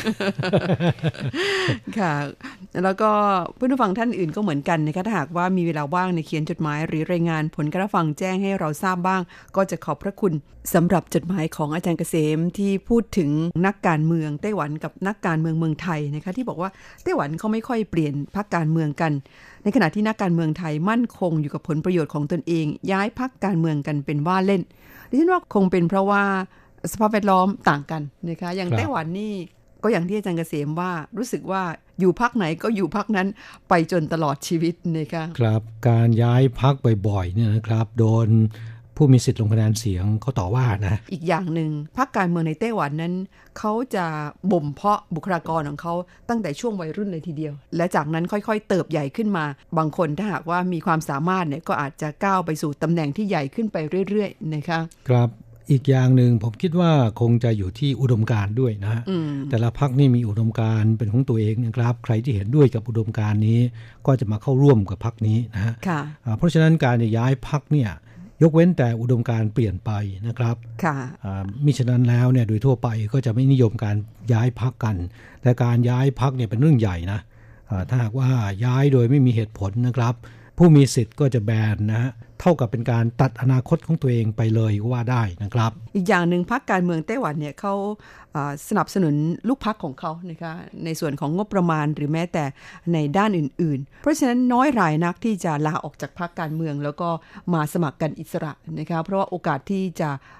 ค่ะแล้วก็เพื่อนผู้ฟังท่านอื่นก็เหมือนกันนะคะถ้าหากว่ามีเวลาว่างในเขียนจดหมายหรือรายงานผลการรับฟังแจ้งให้เราทราบบ้างก็จะขอบพระคุณสำหรับจดหมายของอาจารย์เกษมที่พูดถึงนักการเมืองไต้หวันกับนักการเมืองเมืองไทยนะคะที่บอกว่าไต้หวันเขาไม่ค่อยเปลี่ยนพรรคการเมืองกันในขณะที่นักการเมืองไทยมั่นคงอยู่กับผลประโยชน์ของตนเองย้ายพรรคการเมืองกันเป็นว่าเล่นดิฉันว่าคงเป็นเพราะว่าสภาพแวดล้อมต่างกันนะคะอย่างไต้หวันนี่ก็อย่างที่อาจารย์เกษมว่ารู้สึกว่าอยู่พรรคไหนก็อยู่พรรคนั้นไปจนตลอดชีวิตนะคะครับการย้ายพรรคบ่อยๆเนี่ยนะครับโดนผู้มีสิทธิ์ลงคะแนนเสียงเขาต่อว่านะอีกอย่างหนึ่งพรรคการเมืองในไต้หวันนั้นเขาจะบ่มเพาะบุคลากรของเขาตั้งแต่ช่วงวัยรุ่นเลยทีเดียวและจากนั้นค่อยๆเติบใหญ่ขึ้นมาบางคนถ้าหากว่ามีความสามารถเนี่ยก็อาจจะก้าวไปสู่ตำแหน่งที่ใหญ่ขึ้นไปเรื่อยๆนะคะครับอีกอย่างหนึ่งผมคิดว่าคงจะอยู่ที่อุดมการณ์ด้วยนะแต่ละพรรคนี่มีอุดมการณ์เป็นของตัวเองนะครับใครที่เห็นด้วยกับอุดมการณ์นี้ก็จะมาเข้าร่วมกับพรรคนี้นะฮะเพราะฉะนั้นการย้ายพรรคเนี่ยยกเว้นแต่อุดมการณ์เปลี่ยนไปนะครับมิฉะนั้นแล้วเนี่ยโดยทั่วไปก็จะไม่นิยมการย้ายพรรคกันแต่การย้ายพรรคเนี่ยเป็นเรื่องใหญ่นะถ้าหากว่าย้ายโดยไม่มีเหตุผลนะครับผู้มีสิทธิ์ก็จะแบนนะฮะเท่ากับเป็นการตัดอนาคตของตัวเองไปเลยก็ว่าได้นะครับอีกอย่างหนึ่งพรรคการเมืองไต้หวันเนี่ยเขาสนับสนุนลูกพรรคของเขานะคะในส่วนของงบประมาณหรือแม้แต่ในด้านอื่นๆเพราะฉะนั้นน้อยรายนักที่จะลาออกจากพรรคการเมืองแล้วก็มาสมัครกันอิสระนะคะเพราะว่าโอกาสที่จะ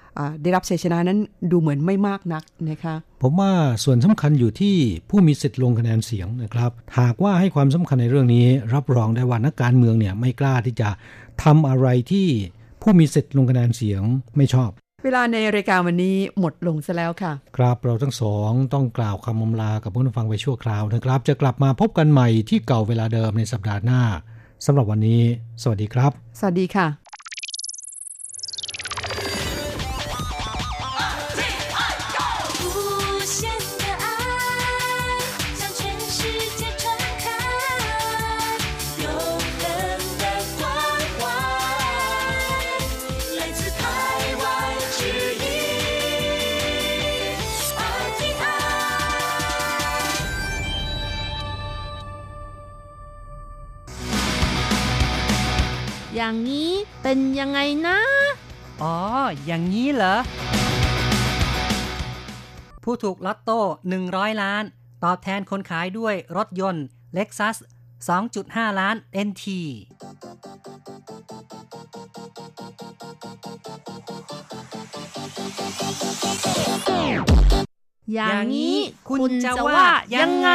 ได้รับชัยชนะนั้นดูเหมือนไม่มากนักนะคะผมว่าส่วนสำคัญอยู่ที่ผู้มีสิทธิ์ลงคะแนนเสียงนะครับหากว่าให้ความสำคัญในเรื่องนี้รับรองได้ว่านักการเมืองเนี่ยไม่กล้าที่จะทำอะไรที่ผู้มีสิทธิ์ลงคะแนนเสียงไม่ชอบเวลาในรายการวันนี้หมดลงซะแล้วค่ะครับเราทั้งสองต้องกล่าวคำอำลากับผู้ฟังไปชั่วคราวนะครับจะกลับมาพบกันใหม่ที่เก่าเวลาเดิมในสัปดาห์หน้าสำหรับวันนี้สวัสดีครับสวัสดีค่ะอย่างนี้เป็นยังไงนะอ๋ออย่างนี้เหรอผู้ถูกลอตโต้100ล้านตอบแทนคนขายด้วยรถยนต์ Lexus 2.5 ล้าน NT อย่างนี้คุณจะว่ายังไง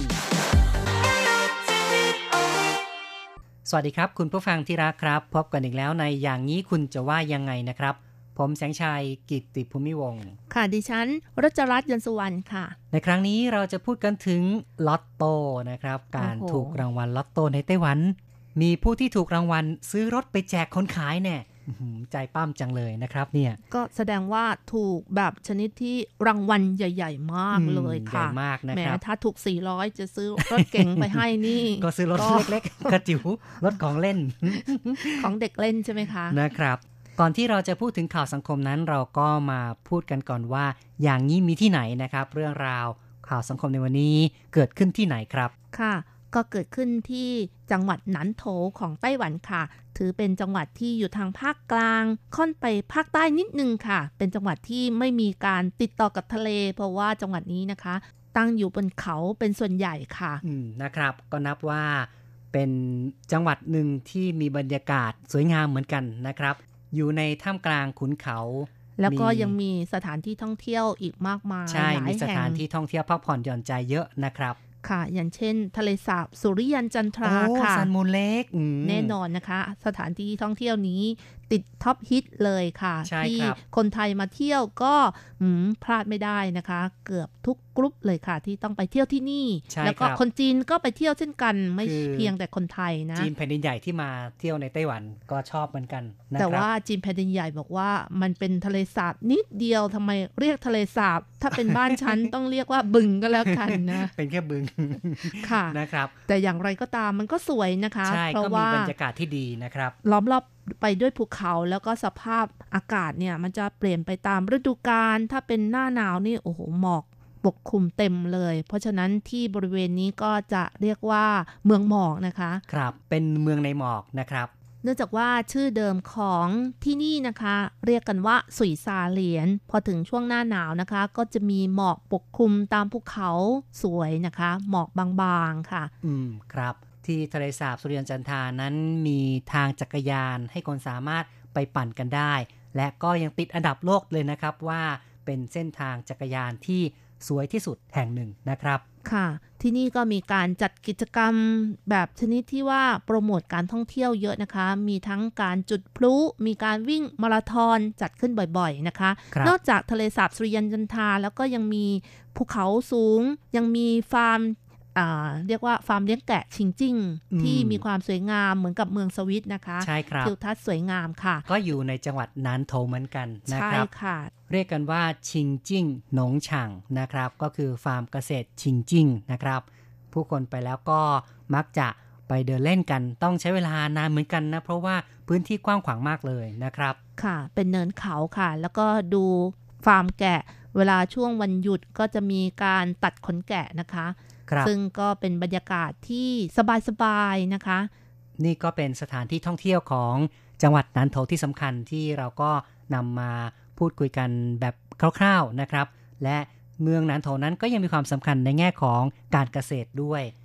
สวัสดีครับคุณผู้ฟังที่รักครับพบกันอีกแล้วในอย่างนี้คุณจะว่ายังไงนะครับผมแสงชัยกิตติภูมิวงศ์ค่ะดิฉันรัชรัตน์ยนต์สุวรรณค่ะในครั้งนี้เราจะพูดกันถึงลอตโต้นะครับการถูกรางวัลลอตโต้ในไต้หวันมีผู้ที่ถูกรางวัลซื้อรถไปแจกคนขายเนี่ยใจปั้มจังเลยนะครับเนี่ยก็แสดงว่าถูกแบบชนิดที่รางวัลใหญ่ๆมากเลยค่ะใหญ่มากนะครับแม้ถ้าถูก400จะซื้อรถเก๋งไปให้นี่ก็ซื้อรถเล็กๆกระจิ๋วรถของเล่นของเด็กเล่นใช่ไหมคะนะครับก่อนที่เราจะพูดถึงข่าวสังคมนั้นเราก็มาพูดกันก่อนว่าอย่างนี้มีที่ไหนนะครับเรื่องราวข่าวสังคมในวันนี้เกิดขึ้นที่ไหนครับค่ะก็เกิดขึ้นที่จังหวัดหนานโถของไต้หวันค่ะถือเป็นจังหวัดที่อยู่ทางภาคกลางค่อนไปภาคใต้นิดนึงค่ะเป็นจังหวัดที่ไม่มีการติดต่อกับทะเลเพราะว่าจังหวัดนี้นะคะตั้งอยู่บนเขาเป็นส่วนใหญ่ค่ะนะครับก็นับว่าเป็นจังหวัดหนึ่งที่มีบรรยากาศสวยงามเหมือนกันนะครับอยู่ในท่ามกลางขุนเขาแล้วก็ยังมีสถานที่ท่องเที่ยวอีกมากมายใช่มีสถานที่ท่องเที่ยวพักผ่อนหย่อนใจเยอะนะครับค่ะอย่างเช่นทะเลสาบสุริยันจันทราค่ะซันมูนเล็กแน่นอนนะคะสถานที่ท่องเที่ยวนี้ติดท็อปฮิตเลยค่ะที่คนไทยมาเที่ยวก็พลาดไม่ได้นะคะเกือบทุกกลุ่มเลยค่ะที่ต้องไปเที่ยวที่นี่แล้วก็คนจีนก็ไปเที่ยวเช่นกันไม่เพียงแต่คนไทยนะจีนแผ่นดินใหญ่ที่มาเที่ยวในไต้หวันก็ชอบเหมือนกันนะครับแต่ว่าจีนแผ่นดินใหญ่บอกว่ามันเป็นทะเลสาบนิดเดียวทำไมเรียกทะเลสาบถ้าเป็นบ้านฉัน ต้องเรียกว่าบึงก็แล้วกันนะเป็นแค่บึงค่ะนะครับแต่อย่างไรก็ตามมันก็สวยนะคะเพราะว่ามีบรรยากาศที่ดีนะครับล้อมรอบไปด้วยภูเขาแล้วก็สภาพอากาศเนี่ยมันจะเปลี่ยนไปตามฤดูกาลถ้าเป็นหน้าหนาวนี่โอ้โหหมอกปกคลุมเต็มเลยเพราะฉะนั้นที่บริเวณนี้ก็จะเรียกว่าเมืองหมอกนะคะครับเป็นเมืองในหมอกนะครับเนื่องจากว่าชื่อเดิมของที่นี่นะคะเรียกกันว่าสุยซาเหลียนพอถึงช่วงหน้าหนาวนะคะก็จะมีหมอกปกคลุมตามภูเขาสวยนะคะหมอกบางๆค่ะครับที่ทะเลสาบสุริยันจันทรานั้นมีทางจักรยานให้คนสามารถไปปั่นกันได้และก็ยังติดอันดับโลกเลยนะครับว่าเป็นเส้นทางจักรยานที่สวยที่สุดแห่งหนึ่งนะครับค่ะที่นี่ก็มีการจัดกิจกรรมแบบชนิดที่ว่าโปรโมทการท่องเที่ยวเยอะนะคะมีทั้งการจุดพลุมีการวิ่งมาราธอนจัดขึ้นบ่อยๆนะคะนอกจากทะเลสาบสุริยันจันทราแล้วก็ยังมีภูเขาสูงยังมีฟาร์มเรียกว่าฟาร์มเลี้ยงแกะชิงจิ้งที่มีความสวยงามเหมือนกับเมืองสวิตนะคะใช่ครับทิวทัศน์สวยงามค่ะก็อยู่ในจังหวัดนานโถเหมือนกันนะครับใช่ค่ะเรียกกันว่าชิงจิ้งหนงฉ่างนะครับก็คือฟาร์มเกษตรชิงจิ้งนะครับผู้คนไปแล้วก็มักจะไปเดินเล่นกันต้องใช้เวลานานเหมือนกันนะเพราะว่าพื้นที่กว้างขวางมากเลยนะครับค่ะเป็นเนินเขาค่ะแล้วก็ดูฟาร์มแกะเวลาช่วงวันหยุดก็จะมีการตัดขนแกะนะคะซึ่งก็เป็นบรรยากาศที่สบายๆนะคะนี่ก็เป็นสถานที่ท่องเที่ยวของจังหวัดนานโถที่สำคัญที่เราก็นำมาพูดคุยกันแบบคร่าวๆนะครับและเมืองนานโถนั้นก็ยังมีความสำคัญในแง่ของการเกษตรด้วย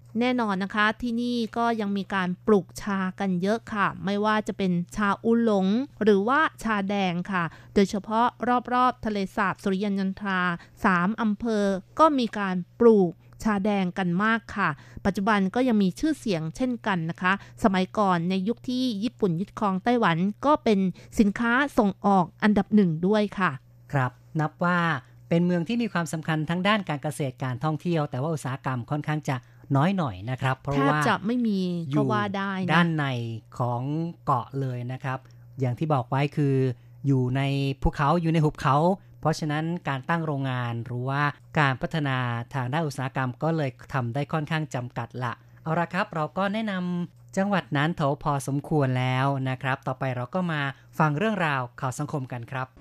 แน่นอนนะคะที่นี่ก็ยังมีการปลูกชากันเยอะค่ะไม่ว่าจะเป็นชาอูหลงหรือว่าชาแดงค่ะโดยเฉพาะรอบๆทะเลสาบสุริยันจันทรา3 อำเภอก็มีการปลูกชาแดงกันมากค่ะปัจจุบันก็ยังมีชื่อเสียงเช่นกันนะคะสมัยก่อนในยุคที่ญี่ปุ่นยึดครองไต้หวันก็เป็นสินค้าส่งออกอันดับ1ด้วยค่ะครับนับว่าเป็นเมืองที่มีความสำคัญทั้งด้านการเกษตรการท่องเที่ยวแต่ว่าอุตสาหกรรมค่อนข้างจะน้อยหน่อยนะครับเพราะว่าแทบจะไม่มีก็ว่าได้นะด้านในของเกาะเลยนะครับอย่างที่บอกไว้คืออยู่ในภูเขาอยู่ในหุบเขาเพราะฉะนั้นการตั้งโรงงานหรือว่าการพัฒนาทางด้านอุตสาหกรรมก็เลยทำได้ค่อนข้างจำกัดละเอาละครับเราก็แนะนำจังหวัดนั้นโถพอสมควรแล้วนะครับต่อไปเราก็มาฟังเรื่องราวข่าวสังคมกันครับ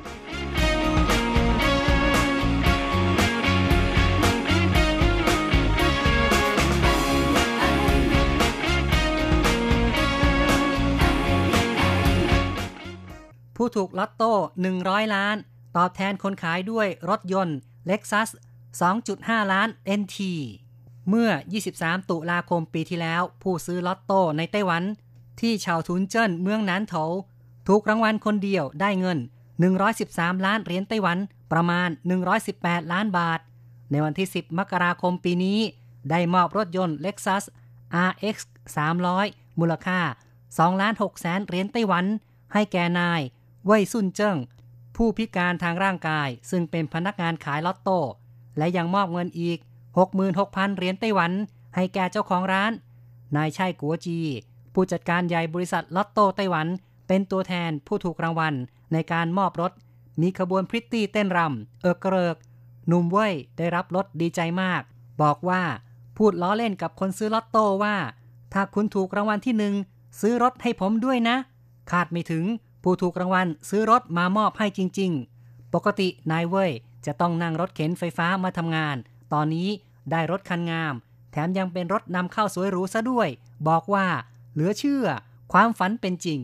ผู้ถูกลอตโต้100 ล้านตอบแทนคนขายด้วยรถยนต์ Lexus 2.5 ล้าน NT เมื่อ23ตุลาคมปีที่แล้วผู้ซื้อลอตโต้ในไต้หวันที่เฉาทุนเจิ้นเมืองหนานโถถูกรางวัลคนเดียวได้เงิน113ล้านเหรียญไต้หวันประมาณ118ล้านบาทในวันที่10มกราคมปีนี้ได้มอบรถยนต์ Lexus RX 300มูลค่า 2.6 แสนเหรียญไต้หวันให้แก่นายเว่ยซุนเจิ้งผู้พิการทางร่างกายซึ่งเป็นพนักงานขายลอตโต้และยังมอบเงินอีก 66,000 เหรียญไต้หวันให้แก่เจ้าของร้านนายชัยกัวจีผู้จัดการใหญ่บริษัทลอตโต้ไต้หวันเป็นตัวแทนผู้ถูกรางวัลในการมอบรถมีขบวนพริตตี้เต้นรำเกริกหนุ่มเว่ยได้รับรถดีใจมากบอกว่าพูดล้อเล่นกับคนซื้อลอตโต้ว่าถ้าคุณถูกรางวัลที่1ซื้อรถให้ผมด้วยนะคาดไม่ถึงผู้ถูกรางวัลซื้อรถมามอบให้จริงๆปกตินายเว่ยจะต้องนั่งรถเข็นไฟฟ้ามาทำงานตอนนี้ได้รถคันงามแถมยังเป็นรถนำเข้าสวยหรูซะด้วยบอกว่าเหลือเชื่อความฝันเป็นจริง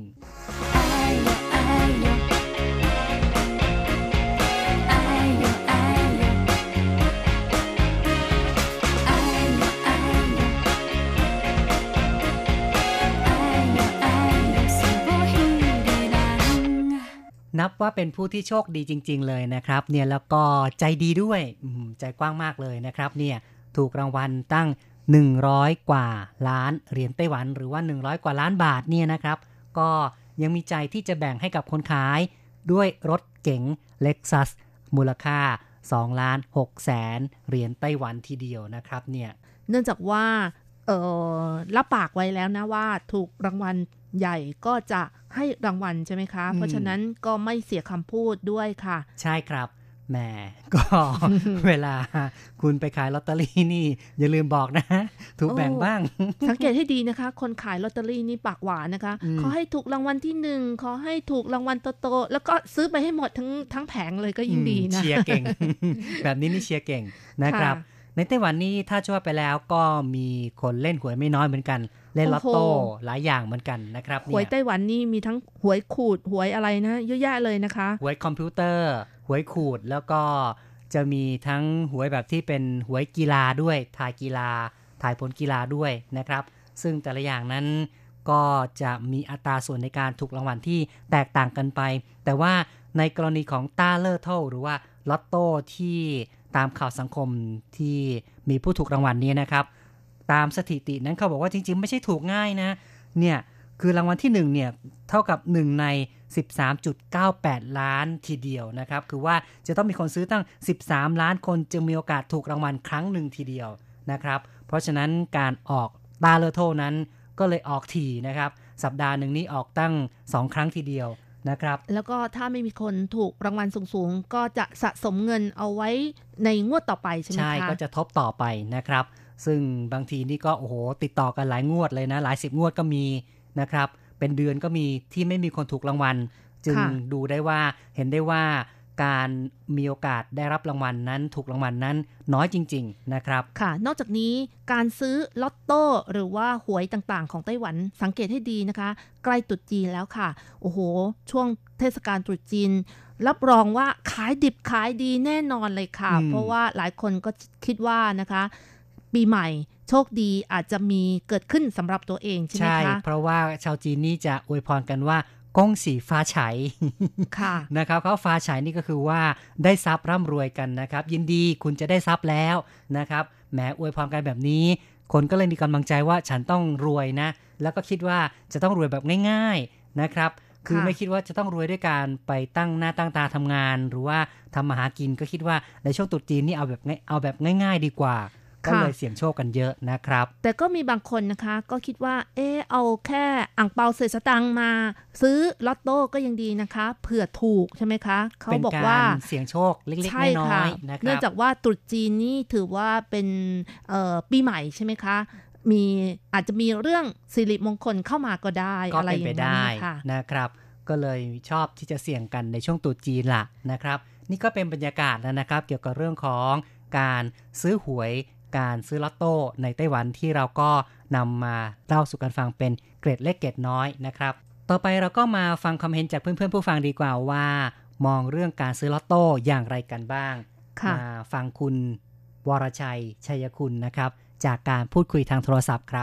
นับว่าเป็นผู้ที่โชคดีจริงๆเลยนะครับเนี่ยแล้วก็ใจดีด้วยใจกว้างมากเลยนะครับเนี่ยถูกรางวัลตั้ง100 กว่าล้านเหรียญไต้หวันหรือว่า100 กว่าล้านบาทเนี่ยนะครับก็ยังมีใจที่จะแบ่งให้กับคนขายด้วยรถเก๋ง Lexus มูลค่า 2.6 แสนเหรียญไต้หวันทีเดียวนะครับเนี่ยเนื่องจากว่ารับปากไว้แล้วนะว่าถูกรางวัลใหญ่ก็จะให้รางวัลใช่ไหมคะเพราะฉะนั้นก็ไม่เสียคำพูดด้วยค่ะใช่ครับแหมก็ เวลาคุณไปขายลอตเตอรี่นี่อย่าลืมบอกนะถูกแบ่งบ้างสังเกตให้ดีนะคะคนขายลอตเตอรี่นี่ปากหวานนะคะขอให้ถูกรางวัลที่1ขอให้ถูกรางวัลโตๆแล้วก็ซื้อไปให้หมดทั้งแผงเลยก็ยิ่งดีนะเชียร์เก่ง แบบนี้นี่เชียร์เก่งนะครับในไต้หวันนี่ถ้าช่วยไปแล้วก็มีคนเล่นหวยไม่น้อยเหมือนกันเล่นลอตโต้หลายอย่างเหมือนกันนะครับหวยไต้หวันนี่มีทั้งหวยขูดหวยอะไรนะเยอะแยะเลยนะคะหวยคอมพิวเตอร์หวยขูดแล้วก็จะมีทั้งหวยแบบที่เป็นหวยกีฬาด้วยทายกีฬาทายผลกีฬาด้วยนะครับซึ่งแต่ละอย่างนั้นก็จะมีอัตราส่วนในการถูกรางวัลที่แตกต่างกันไปแต่ว่าในกรณีของต้าเล่อเท่าหรือว่าลอตโต้ที่ตามข่าวสังคมที่มีผู้ถูกรางวัลนี้นะครับตามสถิตินั้นเขาบอกว่าจริงๆไม่ใช่ถูกง่ายนะเนี่ยคือรางวัลที่1เนี่ยเท่ากับ1ใน 13.98 ล้านทีเดียวนะครับคือว่าจะต้องมีคนซื้อตั้ง13ล้านคนจึงมีโอกาสถูกรางวัลครั้งหนึ่งทีเดียวนะครับเพราะฉะนั้นการออกตาเลอโทนั้นก็เลยออกถี่นะครับสัปดาห์นึงนี้ออกตั้ง2ครั้งทีเดียวนะครับแล้วก็ถ้าไม่มีคนถูกรางวัลสูงๆก็จะสะสมเงินเอาไว้ในงวดต่อไปใช่ไหมคะใช่ก็จะทบต่อไปนะครับซึ่งบางทีนี่ก็โอ้โหติดต่อกันหลายงวดเลยนะหลาย10งวดก็มีนะครับเป็นเดือนก็มีที่ไม่มีคนถูกรางวัลจึงดูได้ว่าเห็นได้ว่าการมีโอกาสได้รับรางวัลนั้นถูกรางวัลนั้นน้อยจริงๆนะครับค่ะนอกจากนี้การซื้อลอตโต้หรือว่าหวยต่างๆของไต้หวันสังเกตให้ดีนะคะใกล้ตรุษจีนแล้วค่ะโอ้โหช่วงเทศกาลตรุษจีนรับรองว่าขายดิบขายดีแน่นอนเลยค่ะเพราะว่าหลายคนก็คิดว่านะคะปีใหม่โชคดีอาจจะมีเกิดขึ้นสำหรับตัวเองใช่ไหมคะใช่เพราะว่าชาวจีนนี่จะอวยพรกันว่ากงสีฟ้าไฉค่ะนะครับเขาฟ้าไฉนี่ก็คือว่าได้ทรัพย์ร่ำรวยกันนะครับยินดีคุณจะได้ทรัพย์แล้วนะครับแหมอวยพรกันแบบนี้คนก็เลยมีกำลังใจว่าฉันต้องรวยนะแล้วก็คิดว่าจะต้องรวยแบบง่ายๆนะครับคือไม่คิดว่าจะต้องรวยด้วยการไปตั้งหน้าตั้งตาทำงานหรือว่าทำมาหากินก็คิดว่าในช่วงตรุษจีนนี่เอาแบบง่ายๆดีกว่าก็เลยเสี่ยงโชคกันเยอะนะครับแต่ก็มีบางคนนะคะก็คิดว่าเอาแค่อ่างเปาเศษสตังค์มาซื้อลอตโต้ก็ยังดีนะคะเผื่อถูกใช่ไหมคะเขาบอกว่าเป็นการเสี่ยงโชคเล็กๆน้อยๆนะครับเนื่องจากว่าตรุษจีนนี่ถือว่าเป็นปีใหม่ใช่ไหมคะอาจจะมีเรื่องสิริมงคลเข้ามาก็ได้อะไรอย่างนี้ค่ะนะครับก็เลยชอบที่จะเสี่ยงกันในช่วงตรุษจีนล่ะนะครับนี่ก็เป็นบรรยากาศนะครับเกี่ยวกับเรื่องของการซื้อหวยการซื้อลอตโต้ในไต้หวันที่เราก็นำมาเล่าสู่กันฟังเป็นเกร็ดเล็กเกร็ดน้อยนะครับต่อไปเราก็มาฟังความเห็นจากเพื่อนๆผู้ฟังดีกว่าว่ามองเรื่องการซื้อลอตโต้อย่างไรกันบ้างมาฟังคุณวรชัยชัยคุณนะครับจากการพูดคุยทางโทรศัพท์ครับ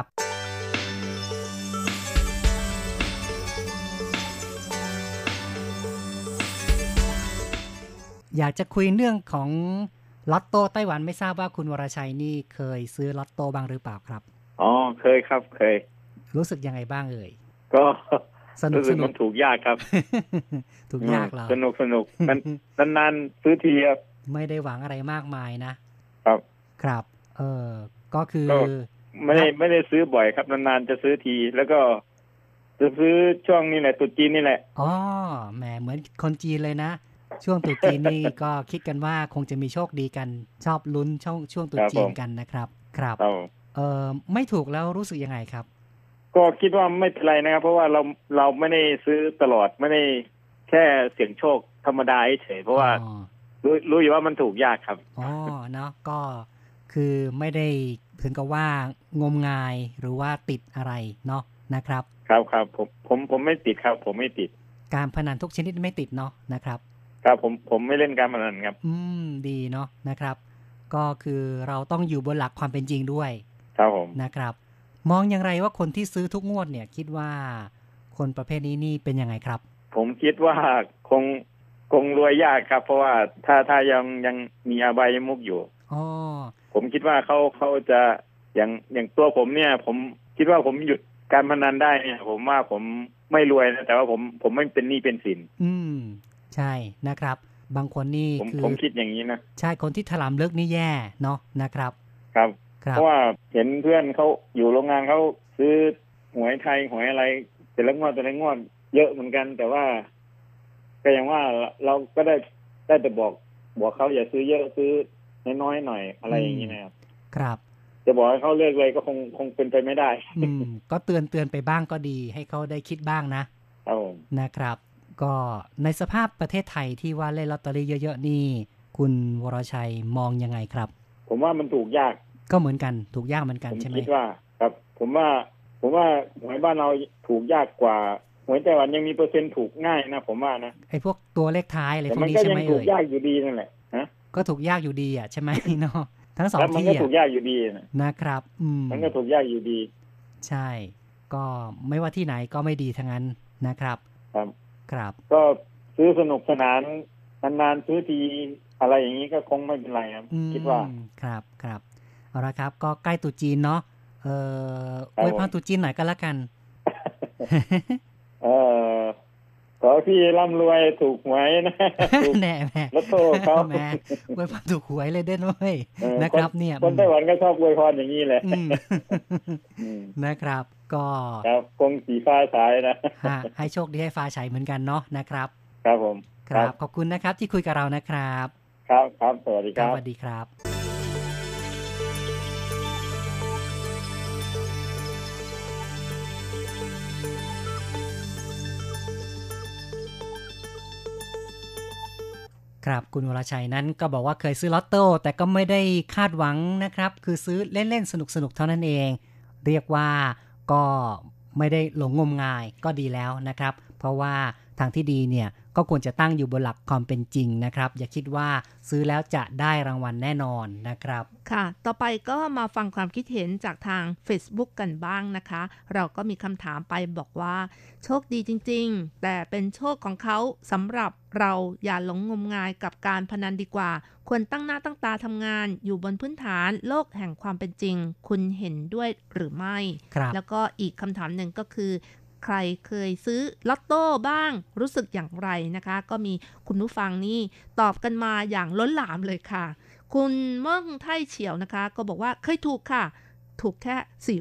อยากจะคุยเรื่องของลอตโต้ไต้หวันไม่ทราบว่าคุณวรชัยนี่เคยซื้อลอตโต้บ้างหรือเปล่าครับอ๋อเคยครับเคยรู้สึกยังไงบ้างเอ่ยก็สนุกมันถูกยากครับถูกยากเหรอสนุกนานๆซื้อทีครับไม่ได้หวังอะไรมากมายนะครับครับก็คือไม่ได้ซื้อบ่อยครับนานๆจะซื้อทีแล้วก็จะซื้อช่วงนี้แหละตรุษจีนนี่แหละอ๋อแหมเหมือนคนจีนเลยนะช่วงตรุษจีนนี่ก็คิดกันว่าคงจะมีโชคดีกันชอบลุ้นช่วงตรุษจีนกันนะครับครับไม่ถูกแล้วรู้สึกยังไงครับก็คิดว่าไม่เป็นไรนะครับเพราะว่าเราไม่ได้ซื้อตลอดไม่ได้แค่เสี่ยงโชคธรรมดาเฉยเพราะว่ารู้อยู่ว่ามันถูกยากครับอ๋อเนาะก็คือไม่ได้ถึงกับว่างมงายหรือว่าติดอะไรเนาะนะครับครับผมไม่ติดครับผมไม่ติดการพนันทุกชนิดไม่ติดเนาะนะครับครับผมไม่เล่นการพนันครับดีเนาะนะครับก็คือเราต้องอยู่บนหลักความเป็นจริงด้วยครับผมนะครับมองอย่างไรว่าคนที่ซื้อทุกงวดเนี่ยคิดว่าคนประเภทนี้นี่เป็นยังไงครับผมคิดว่าคงรวยยากครับเพราะว่าถ้ายังมีอบายมุขอยู่ผมคิดว่าเขาจะอย่างตัวผมเนี่ยผมคิดว่าผมหยุดการพนันได้เนี่ยผมว่าผมไม่รวยนะแต่ว่าผมไม่เป็นหนี้เป็นสินใช่นะครับบางคนนี่คือผมคิดอย่างนี้นะใช่คนที่ถลำลึกนี่แย่เนาะนะครับครับเพราะว่าเห็นเพื่อนเขาอยู่โรงงานเขาซื้อหวยไทยหวยอะไรแต่ละงวดเยอะเหมือนกันแต่ว่าก็อย่างว่าเราก็ได้แต่บอกเขาอย่าซื้อเยอะซื้อน้อยหน่อยอะไรอย่างนี้นะครับครับจะบอกให้เขาเลิกเลยก็คงเป็นไปไม่ได้ก็เตือนไปบ้างก็ดีให้เขาได้คิดบ้างนะครับนะครับก็ในสภาพประเทศไทยที่ว่าเล่นลอตเตอรี่เยอะๆนี่คุณวรชัยมองยังไงครับผมว่ามันถูกยากก็เหมือนกันถูกยากเหมือนกันใช่ไหมคิดว่าครับผมว่าหวยบ้านเราถูกยากกว่าหวยไต้หวันยังมีเปอร์เซ็นต์ถูกง่ายนะผมว่านะไอ้พวกตัวเลขท้ายอะไรพวกนี้ใช่ไหมเอ่ยมันก็ยังถูกยากอยู่ดีนั่นแหละก็ถูกยากอยู่ดีอ่ะใช่ไหมเนาะทั้งสองที่มันก็ถูกยากอยู่ดีนะครับมันก็ถูกยากอยู่ดีใช่ก็ไม่ว่าที่ไหนก็ไม่ดีทั้งนั้นนะครับครับก็ซื้อสนุกสนานนานๆซื้อทีอะไรอย่างนี้ก็คงไม่เป็นไรครับคิดว่าครับเอาละครับก็ใกล้ตรุษจีนเนาะอวยพรตรุษจีนหน่อยก็แล้วกันขอพี่ร่ำรวยถูกหวยนะแน่แล้วโทษเขาแม่อวยพรถูกหวยเลยเด้ด้วยนะครับเนี่ยคนไต้หวันก็ชอบอวยพรอย่างนี้แหละนะครับก็ครับคงสีฟ้าสายนะให้โชคดีให้ฟ้าใสเหมือนกันเนาะนะครับครับผมครับขอบคุณนะครับที่คุยกับเรานะครับครับสวัสดีครับสวัสดีครับครับคุณวรชัยนั้นก็บอกว่าเคยซื้อลอตโต้แต่ก็ไม่ได้คาดหวังนะครับคือซื้อเล่นๆสนุกๆเท่านั้นเองเรียกว่าก็ไม่ได้หลงงมงายก็ดีแล้วนะครับเพราะว่าทางที่ดีเนี่ยก็ควรจะตั้งอยู่บนหลักความเป็นจริงนะครับอย่าคิดว่าซื้อแล้วจะได้รางวัลแน่นอนนะครับค่ะต่อไปก็มาฟังความคิดเห็นจากทาง Facebook กันบ้างนะคะเราก็มีคำถามไปบอกว่าโชคดีจริงๆแต่เป็นโชคของเขาสำหรับเราอย่าหลงงมงายกับการพนันดีกว่าควรตั้งหน้าตั้งตาทำงานอยู่บนพื้นฐานโลกแห่งความเป็นจริงคุณเห็นด้วยหรือไม่แล้วก็อีกคำถามหนึ่งก็คือใครเคยซื้อลอตโต้บ้างรู้สึกอย่างไรนะคะก็มีคุณผู้ฟังนี่ตอบกันมาอย่างล้นหลามเลยค่ะคุณเมิ่งไท่เฉียวนะคะก็บอกว่าเคยถูกค่ะถูกแค่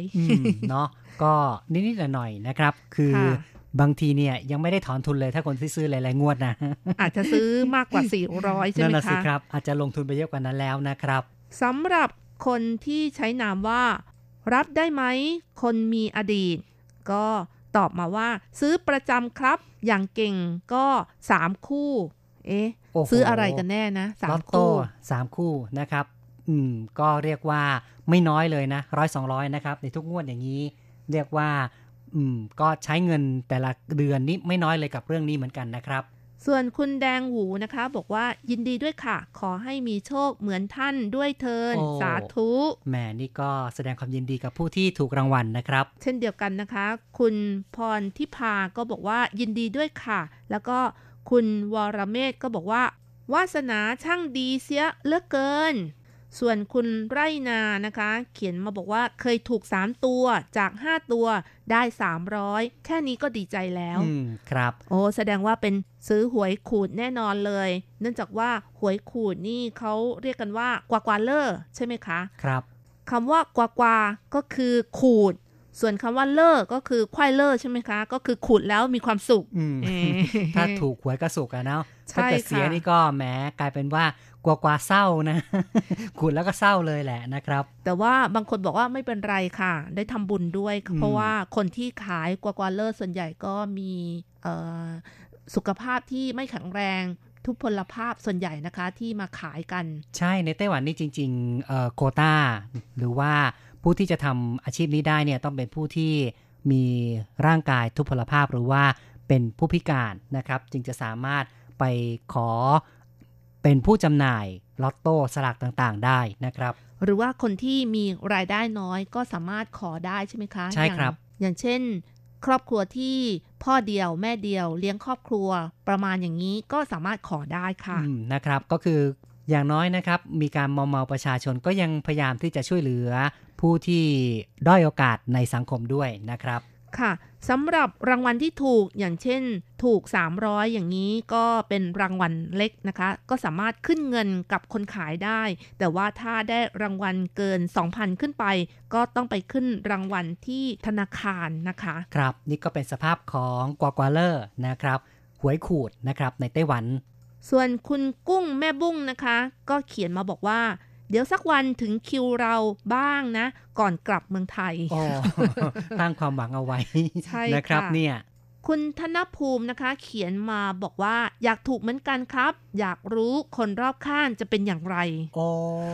400 เนาะก็นิดๆหน่อยๆนะครับคือบางทีเนี่ยยังไม่ได้ถอนทุนเลยถ้าคนที่ซื้อหลายๆงวดนะอาจจะซื้อมากกว่า400ใช่ไหมคะนั่นน่ะสิครับอาจจะลงทุนไปเยอะกว่านั้นแล้วนะครับสำหรับคนที่ใช้นามว่ารับได้ไหมคนมีอดีตก็ตอบมาว่าซื้อประจำครับอย่างเก่งก็3คู่ซื้ออะไรกันแน่นะ3คู่ 3คู่นะครับก็เรียกว่าไม่น้อยเลยนะ100-200นะครับในทุกงวดอย่างนี้เรียกว่าก็ใช้เงินแต่ละเดือนนี้ไม่น้อยเลยกับเรื่องนี้เหมือนกันนะครับส่วนคุณแดงหูนะคะบอกว่ายินดีด้วยค่ะขอให้มีโชคเหมือนท่านด้วยเทินสาธุแหมนี่ก็แสดงความยินดีกับผู้ที่ถูกรางวัลนะครับเช่นเดียวกันนะคะคุณพรทิพาก็บอกว่ายินดีด้วยค่ะแล้วก็คุณวรเมธก็บอกว่าวาสนาช่างดีเสียเหลือเกินส่วนคุณไรนานะคะเขียนมาบอกว่าเคยถูก3ตัวจาก5ตัวได้300แค่นี้ก็ดีใจแล้วครับโอ้แสดงว่าเป็นซื้อหวยขูดแน่นอนเลยเนื่องจากว่าหวยขูดนี่เขาเรียกกันว่ากวาเลอร์ใช่ไหมคะครับคำว่ากวาก็คือขูดส่วนคำว่าเลอร์ก็คือควายเลอร์ใช่ไหมคะก็คือขูดแล้วมีความสุขถ้าถูกหวยก็สุขอะเนาะถ้าเกิดเสียนี่ก็แหมกลายเป็นว่ากว่าเศร้านะ ขูดแล้วก็เศร้าเลยแหละนะครับแต่ว่าบางคนบอกว่าไม่เป็นไรค่ะได้ทำบุญด้วยเพราะว่าคนที่ขายกวาเลอร์ส่วนใหญ่ก็มีสุขภาพที่ไม่แข็งแรงทุพพลภาพส่วนใหญ่นะคะที่มาขายกันใช่ในไต้หวันนี่จริงๆโควต้าหรือว่าผู้ที่จะทำอาชีพนี้ได้เนี่ยต้องเป็นผู้ที่มีร่างกายทุพพลภาพหรือว่าเป็นผู้พิการนะครับจึงจะสามารถไปขอเป็นผู้จำหน่ายลอตโต้สลากต่างๆได้นะครับหรือว่าคนที่มีรายได้น้อยก็สามารถขอได้ใช่ไหมคะใช่ครับอย่างเช่นครอบครัวที่พ่อเดียวแม่เดียวเลี้ยงครอบครัวประมาณอย่างนี้ก็สามารถขอได้ค่ะนะครับก็คืออย่างน้อยนะครับมีการมอมประชาชนก็ยังพยายามที่จะช่วยเหลือผู้ที่ด้อยโอกาสในสังคมด้วยนะครับค่ะสำหรับรางวัลที่ถูกอย่างเช่นถูก300อย่างนี้ก็เป็นรางวัลเล็กนะคะก็สามารถขึ้นเงินกับคนขายได้แต่ว่าถ้าได้รางวัลเกิน 2,000 ขึ้นไปก็ต้องไปขึ้นรางวัลที่ธนาคารนะคะครับนี่ก็เป็นสภาพของกวาเลอร์นะครับหวยขูดนะครับในไต้หวันส่วนคุณกุ้งแม่บุ้งนะคะก็เขียนมาบอกว่าเดี๋ยวสักวันถึงคิวเราบ้างนะก่อนกลับเมืองไทยตั้งความหวังเอาไว้นะครับเนี่ยคุณธนภูมินะคะเขียนมาบอกว่าอยากถูกเหมือนกันครับอยากรู้คนรอบข้างจะเป็นอย่างไรโอ้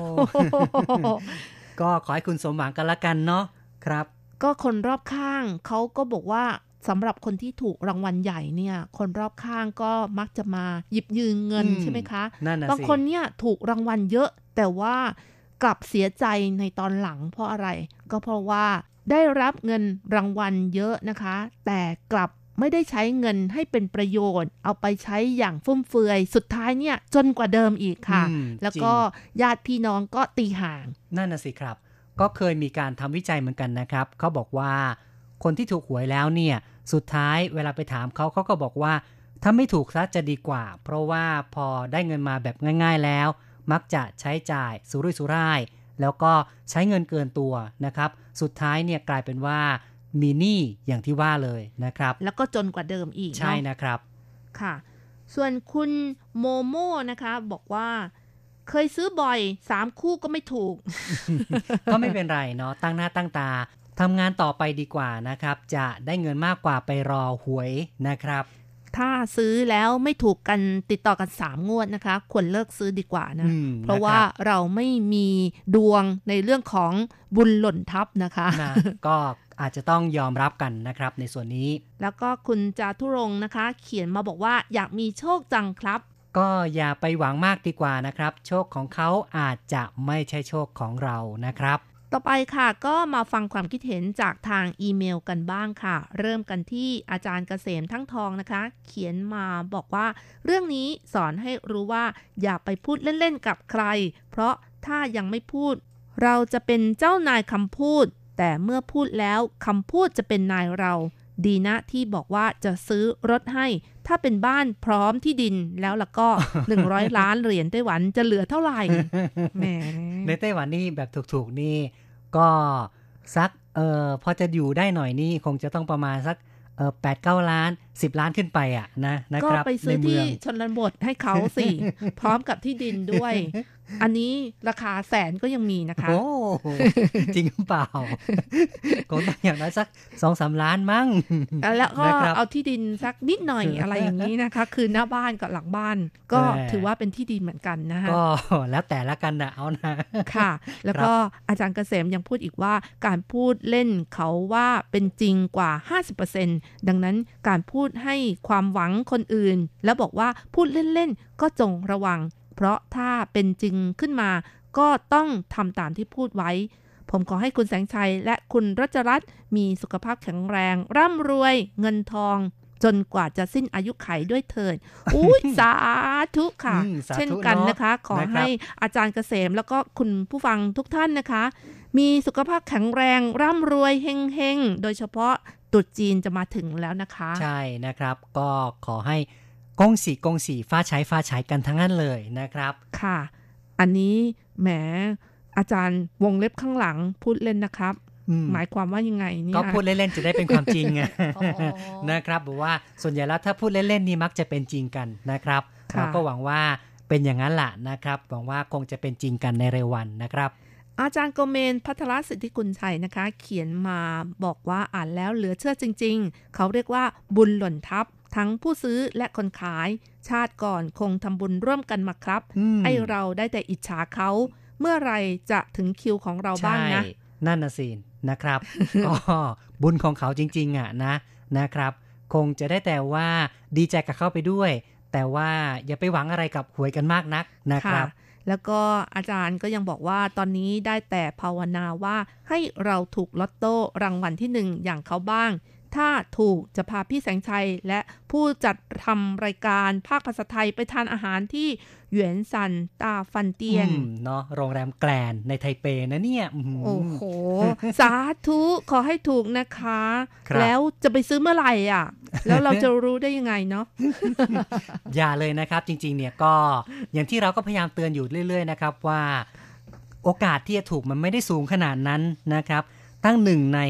ก็ขอให้คุณสมหวังกันละกันเนาะครับก็คนรอบข้างเขาก็บอกว่าสำหรับคนที่ถูกรางวัลใหญ่เนี่ยคนรอบข้างก็มักจะมาหยิบยืมเงินใช่ไหมคะบางคนเนี่ยถูกรางวัลเยอะแต่ว่ากลับเสียใจในตอนหลังเพราะอะไรก็เพราะว่าได้รับเงินรางวัลเยอะนะคะแต่กลับไม่ได้ใช้เงินให้เป็นประโยชน์เอาไปใช้อย่างฟุ่มเฟือยสุดท้ายเนี่ยจนกว่าเดิมอีกค่ะแล้วก็ญาติพี่น้องก็ตีห่างนั่นน่ะสิครับก็เคยมีการทำวิจัยเหมือนกันนะครับเขาบอกว่าคนที่ถูกหวยแล้วเนี่ยสุดท้ายเวลาไปถามเขาก็บอกว่าถ้าไม่ถูกซะจะดีกว่าเพราะว่าพอได้เงินมาแบบง่ายๆแล้วมักจะใช้จ่ายสุรุ่ยสุร่ายแล้วก็ใช้เงินเกินตัวนะครับสุดท้ายเนี่ยกลายเป็นว่ามีหนี้อย่างที่ว่าเลยนะครับแล้วก็จนกว่าเดิมอีกใช่นะครับค่ะส่วนคุณโมโม่นะคะบอกว่าเคยซื้อบ่อย3คู่ก็ไม่ถูกก็ไม่เป็นไรเนาะตั้งหน้าตั้งตาทำงานต่อไปดีกว่านะครับจะได้เงินมากกว่าไปรอหวยนะครับถ้าซื้อแล้วไม่ถูกกันติดต่อกัน3งวดนะคะควรเลิกซื้อดีกว่านะเพราะว่าเราไม่มีดวงในเรื่องของบุญหล่นทับนะคะก็อาจจะต้องยอมรับกันนะครับในส่วนนี้แล้วก็คุณจาตุรงค์นะคะเขียนมาบอกว่าอยากมีโชคจังครับก็อย่าไปหวังมากดีกว่านะครับโชคของเขาอาจจะไม่ใช่โชคของเรานะครับต่อไปค่ะก็มาฟังความคิดเห็นจากทางอีเมลกันบ้างค่ะเริ่มกันที่อาจารย์เกษมทั้งทองนะคะเขียนมาบอกว่าเรื่องนี้สอนให้รู้ว่าอย่าไปพูดเล่นๆกับใครเพราะถ้ายังไม่พูดเราจะเป็นเจ้านายคำพูดแต่เมื่อพูดแล้วคำพูดจะเป็นนายเราดีนะที่บอกว่าจะซื้อรถให้ถ้าเป็นบ้านพร้อมที่ดินแล้วล่ะก็ 100 ล้านเหรียญไต้หวันจะเหลือเท่าไหร่แหมในไต้หวันนี่แบบถูกๆนี่ก็สักพอจะอยู่ได้หน่อยนี่คงจะต้องประมาณสัก8-9 ล้าน10 ล้านขึ้นไปอ่ะนะครับก็ไปซื้อที่ชนบทให้เขาสิ พร้อมกับที่ดินด้วยอันนี้ราคาแสนก็ยังมีนะคะโอ้จริงหรือเปล่าคงต้องอย่างน้อยสัก 2-3 ล้านมั้งแล้วก็เอาที่ดินสักนิดหน่อยอะไรอย่างนี้นะคะคือหน้าบ้านกับหลังบ้านก็ถือว่าเป็นที่ดินเหมือนกันนะคะก็แล้วแต่ละกันนะเอานะค่ะแล้วก็อาจารย์เกษมยังพูดอีกว่าการพูดเล่นเขาว่าเป็นจริงกว่า 50% ดังนั้นการพูดให้ความหวังคนอื่นแล้วบอกว่าพูดเล่นๆก็จงระวังเพราะถ้าเป็นจริงขึ้นมาก็ต้องทำตามที่พูดไว้ผมขอให้คุณแสงชัยและคุณรัชรัตน์มีสุขภาพแข็งแรงร่ำรวยเงินทองจนกว่าจะสิ้นอายุไขด้วยเถิดสาธุค่ะเช่นกันนะคะขอให้อาจารย์เกษมแล้วก็คุณผู้ฟังทุกท่านนะคะมีสุขภาพแข็งแรงร่ำรวยเฮงๆโดยเฉพาะตรุษจีนจะมาถึงแล้วนะคะใช่นะครับก็ขอให้กงสีฟ้าใช้กันทั้งนั้นเลยนะครับค่ะอันนี้แหมอาจารย์วงเล็บข้างหลังพูดเล่นนะครับหมายความว่ายังไงเนี่ยก็พูดเล่นๆจะได้เป็นความจริงไง นะครับบอกว่าส่วนใหญ่แล้วถ้าพูดเล่นๆนี่มักจะเป็นจริงกันนะครับเราก็หวังว่าเป็นอย่างนั้นล่ะนะครับหวังว่าคงจะเป็นจริงกันในเร็ววันนะครับอาจารย์โกเมนภัทรสิทธิกุลชัยนะคะเขียนมาบอกว่าอ่านแล้วเหลือเชื่อจริงๆเขาเรียกว่าบุญหล่นทับทั้งผู้ซื้อและคนขายชาติก่อนคงทำบุญร่วมกันมาครับให้เราได้แต่อิจฉาเขาเมื่อไรจะถึงคิวของเราบ้างนะนั่นน่ะสินะครับ ก็บุญของเขาจริงๆอ่ะนะครับคงจะได้แต่ว่าดีใจกับเขาไปด้วยแต่ว่าอย่าไปหวังอะไรกับหวยกันมากนักนะครับแล้วก็อาจารย์ก็ยังบอกว่าตอนนี้ได้แต่ภาวนาว่าให้เราถูกลอตโต้รางวัลที่1อย่างเขาบ้างถ้าถูกจะพาพี่แสงชัยและผู้จัดทำรายการภาคภาษาไทยไปทานอาหารที่หยวนซันตาฟันเตียนเนาะโรงแรมแกลนในไทเปนะเนี่ยโอ้โหสาธุขอให้ถูกนะคะแล้วจะไปซื้อเมื่อไหร่อ่ะแล้วเราจะรู้ได้ยังไงเนาะอย่าเลยนะครับจริงๆเนี่ยก็อย่างที่เราก็พยายามเตือนอยู่เรื่อยๆนะครับว่าโอกาสที่จะถูกมันไม่ได้สูงขนาดนั้นนะครับตั้ง1ใน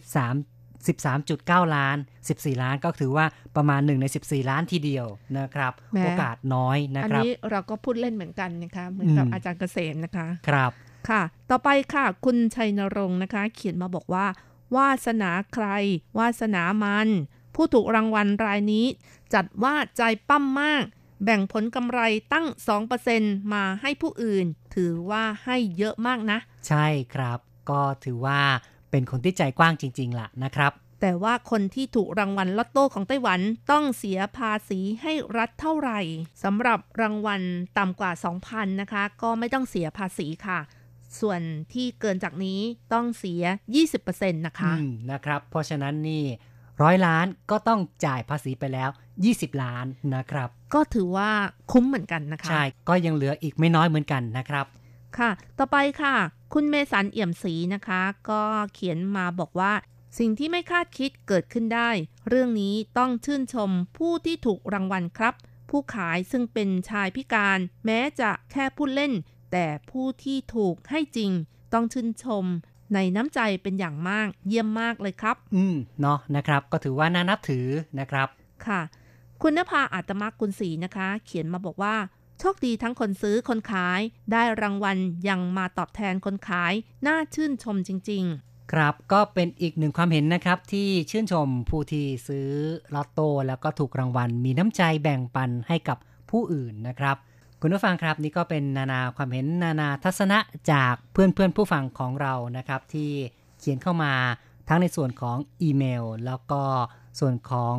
13.9 ล้าน14ล้านก็ถือว่าประมาณ1ใน14ล้านทีเดียวนะครับโอกาสน้อยนะครับอันนี้เราก็พูดเล่นเหมือนกันนะคะเหมือนกับอาจารย์เกษมนะคะครับค่ะต่อไปค่ะคุณชัยนรงค์นะคะเขียนมาบอกว่าวาสนาใครวาสนามันผู้ถูกรางวัลรายนี้จัดว่าใจปั้มมากแบ่งผลกำไรตั้ง 2% มาให้ผู้อื่นถือว่าให้เยอะมากนะใช่ครับก็ถือว่าเป็นคนที่ใจกว้างจริงๆล่ะนะครับแต่ว่าคนที่ถูกรางวัลลอตโต้ของไต้หวันต้องเสียภาษีให้รัฐเท่าไหร่สำหรับรางวัลต่ำกว่า 2,000 นะคะก็ไม่ต้องเสียภาษีค่ะส่วนที่เกินจากนี้ต้องเสีย 20% นะคะนะครับเพราะฉะนั้นนี่100 ล้านก็ต้องจ่ายภาษีไปแล้ว20 ล้านนะครับก็ถือว่าคุ้มเหมือนกันนะคะใช่ก็ยังเหลืออีกไม่น้อยเหมือนกันนะครับค่ะต่อไปค่ะคุณเมสันเอี่ยมศรีนะคะก็เขียนมาบอกว่าสิ่งที่ไม่คาดคิดเกิดขึ้นได้เรื่องนี้ต้องชื่นชมผู้ที่ถูกรางวัลครับผู้ขายซึ่งเป็นชายพิการแม้จะแค่พูดเล่นแต่ผู้ที่ถูกให้จริงต้องชื่นชมในน้ำใจเป็นอย่างมากเยี่ยมมากเลยครับเนาะนะครับก็ถือว่าน่านับถือนะครับค่ะคุณณภาอาตมกุลศรีนะคะเขียนมาบอกว่าโชคดีทั้งคนซื้อคนขายได้รางวัลยังมาตอบแทนคนขายน่าชื่นชมจริงครับก็เป็นอีกหนึ่งความเห็นนะครับที่ชื่นชมผู้ที่ซื้อลอตโต้แล้วก็ถูกรางวัลมีน้ำใจแบ่งปันให้กับผู้อื่นนะครับคุณผู้ฟังครับนี่ก็เป็นนานาความเห็นนานาทัศนะจากเพื่อนผู้ฟังของเรานะครับที่เขียนเข้ามาทั้งในส่วนของอีเมลแล้วก็ส่วนของ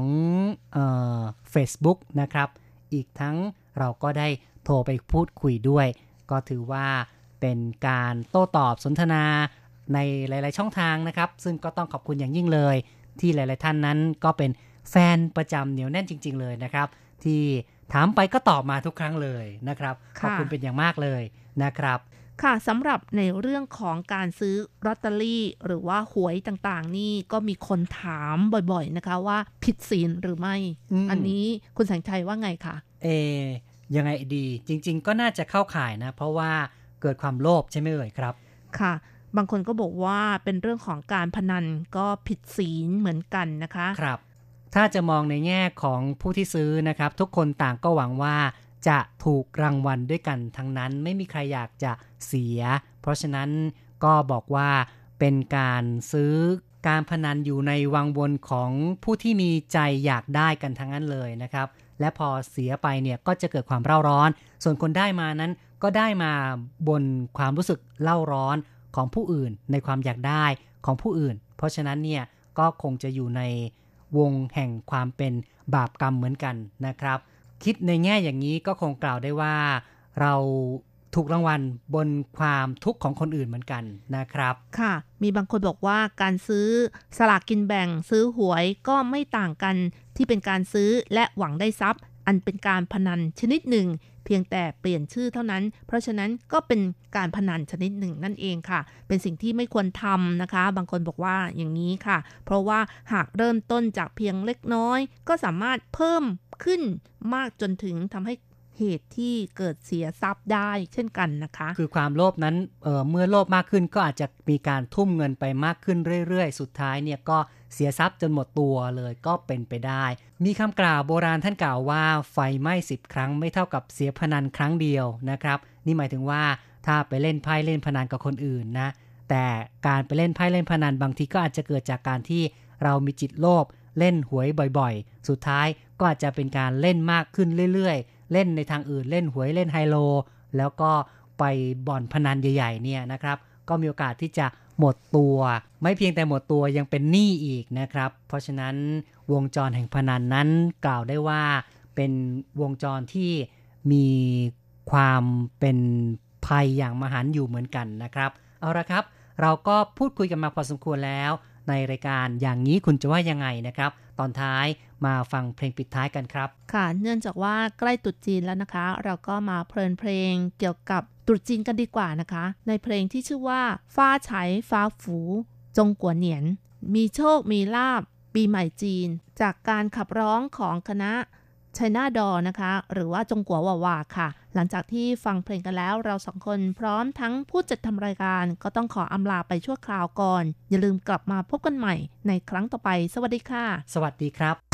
Facebook นะครับอีกทั้งเราก็ได้โทรไปพูดคุยด้วยก็ถือว่าเป็นการโต้ตอบสนทนาในหลายๆช่องทางนะครับซึ่งก็ต้องขอบคุณอย่างยิ่งเลยที่หลายๆท่านนั้นก็เป็นแฟนประจำเหนียวแน่นจริงๆเลยนะครับที่ถามไปก็ตอบมาทุกครั้งเลยนะครับขอบคุณเป็นอย่างมากเลยนะครับค่ะสำหรับในเรื่องของการซื้อลอตเตอรี่หรือว่าหวยต่างๆนี่ก็มีคนถามบ่อยๆนะคะว่าผิดศีลหรือไม่ อันนี้คุณแสงชัยว่าไงคะยังไงดีจริงๆก็น่าจะเข้าข่ายนะเพราะว่าเกิดความโลภใช่ไหมเอ่ยครับค่ะบางคนก็บอกว่าเป็นเรื่องของการพนันก็ผิดศีลเหมือนกันนะคะครับถ้าจะมองในแง่ของผู้ที่ซื้อนะครับทุกคนต่างก็หวังว่าจะถูกรางวัลด้วยกันทั้งนั้นไม่มีใครอยากจะเสียเพราะฉะนั้นก็บอกว่าเป็นการซื้อการพนันอยู่ในวังวนของผู้ที่มีใจอยากได้กันทั้งนั้นเลยนะครับและพอเสียไปเนี่ยก็จะเกิดความเร่าร้อนส่วนคนได้มานั้นก็ได้มาบนความรู้สึกเร่าร้อนของผู้อื่นในความอยากได้ของผู้อื่นเพราะฉะนั้นเนี่ยก็คงจะอยู่ในวงแห่งความเป็นบาปกรรมเหมือนกันนะครับคิดในแง่อย่างนี้ก็คงกล่าวได้ว่าเราถูกรางวัลบนความทุกข์ของคนอื่นเหมือนกันนะครับค่ะมีบางคนบอกว่าการซื้อสลากกินแบ่งซื้อหวยก็ไม่ต่างกันที่เป็นการซื้อและหวังได้ทรัพย์อันเป็นการพนันชนิดหนึ่งเพียงแต่เปลี่ยนชื่อเท่านั้นเพราะฉะนั้นก็เป็นการพนันชนิดหนึ่งนั่นเองค่ะเป็นสิ่งที่ไม่ควรทำนะคะบางคนบอกว่าอย่างนี้ค่ะเพราะว่าหากเริ่มต้นจากเพียงเล็กน้อยก็สามารถเพิ่มขึ้นมากจนถึงทำให้เหตุที่เกิดเสียทรัพย์ได้เช่นกันนะคะคือความโลภนั้นเมื่อโลภมากขึ้นก็อาจจะมีการทุ่มเงินไปมากขึ้นเรื่อยๆสุดท้ายเนี่ยก็เสียทรัพย์จนหมดตัวเลยก็เป็นไปได้มีคำกล่าวโบราณท่านกล่าวว่าไฟไหม้10 ครั้งไม่เท่ากับเสียพนันครั้งเดียวนะครับนี่หมายถึงว่าถ้าไปเล่นไพ่เล่นพนันกับคนอื่นนะแต่การไปเล่นไพ่เล่นพนันบางทีก็อาจจะเกิดจากการที่เรามีจิตโลภเล่นหวยบ่อยๆสุดท้ายก็อาจจะเป็นการเล่นมากขึ้นเรื่อยๆเล่นในทางอื่นเล่นหวยเล่นไฮโลแล้วก็ไปบ่อนพนันใหญ่ๆเนี่ยนะครับก็มีโอกาสที่จะหมดตัวไม่เพียงแต่หมดตัวยังเป็นหนี้อีกนะครับเพราะฉะนั้นวงจรแห่งพนันนั้นกล่าวได้ว่าเป็นวงจรที่มีความเป็นภัยอย่างมหันต์อยู่เหมือนกันนะครับเอาละครับเราก็พูดคุยกันมาพอสมควรแล้วในรายการอย่างนี้คุณจะว่ายังไงนะครับตอนท้ายมาฟังเพลงปิดท้ายกันครับค่ะเนื่องจากว่าใกล้ตรุษจีนแล้วนะคะเราก็มาเพลินเพลงเกี่ยวกับตรุษจีนกันดีกว่านะคะในเพลงที่ชื่อว่าฟ้าไฉฟ้าฝูจงกัวเหนียนมีโชคมีลาภปีใหม่จีนจากการขับร้องของคณะChina Doll นะคะหรือว่าจงกัววาวาค่ะหลังจากที่ฟังเพลงกันแล้วเราสองคนพร้อมทั้งผู้จัดทำรายการก็ต้องขออำลาไปชั่วคราวก่อนอย่าลืมกลับมาพบกันใหม่ในครั้งต่อไปสวัสดีค่ะสวัสดีครับ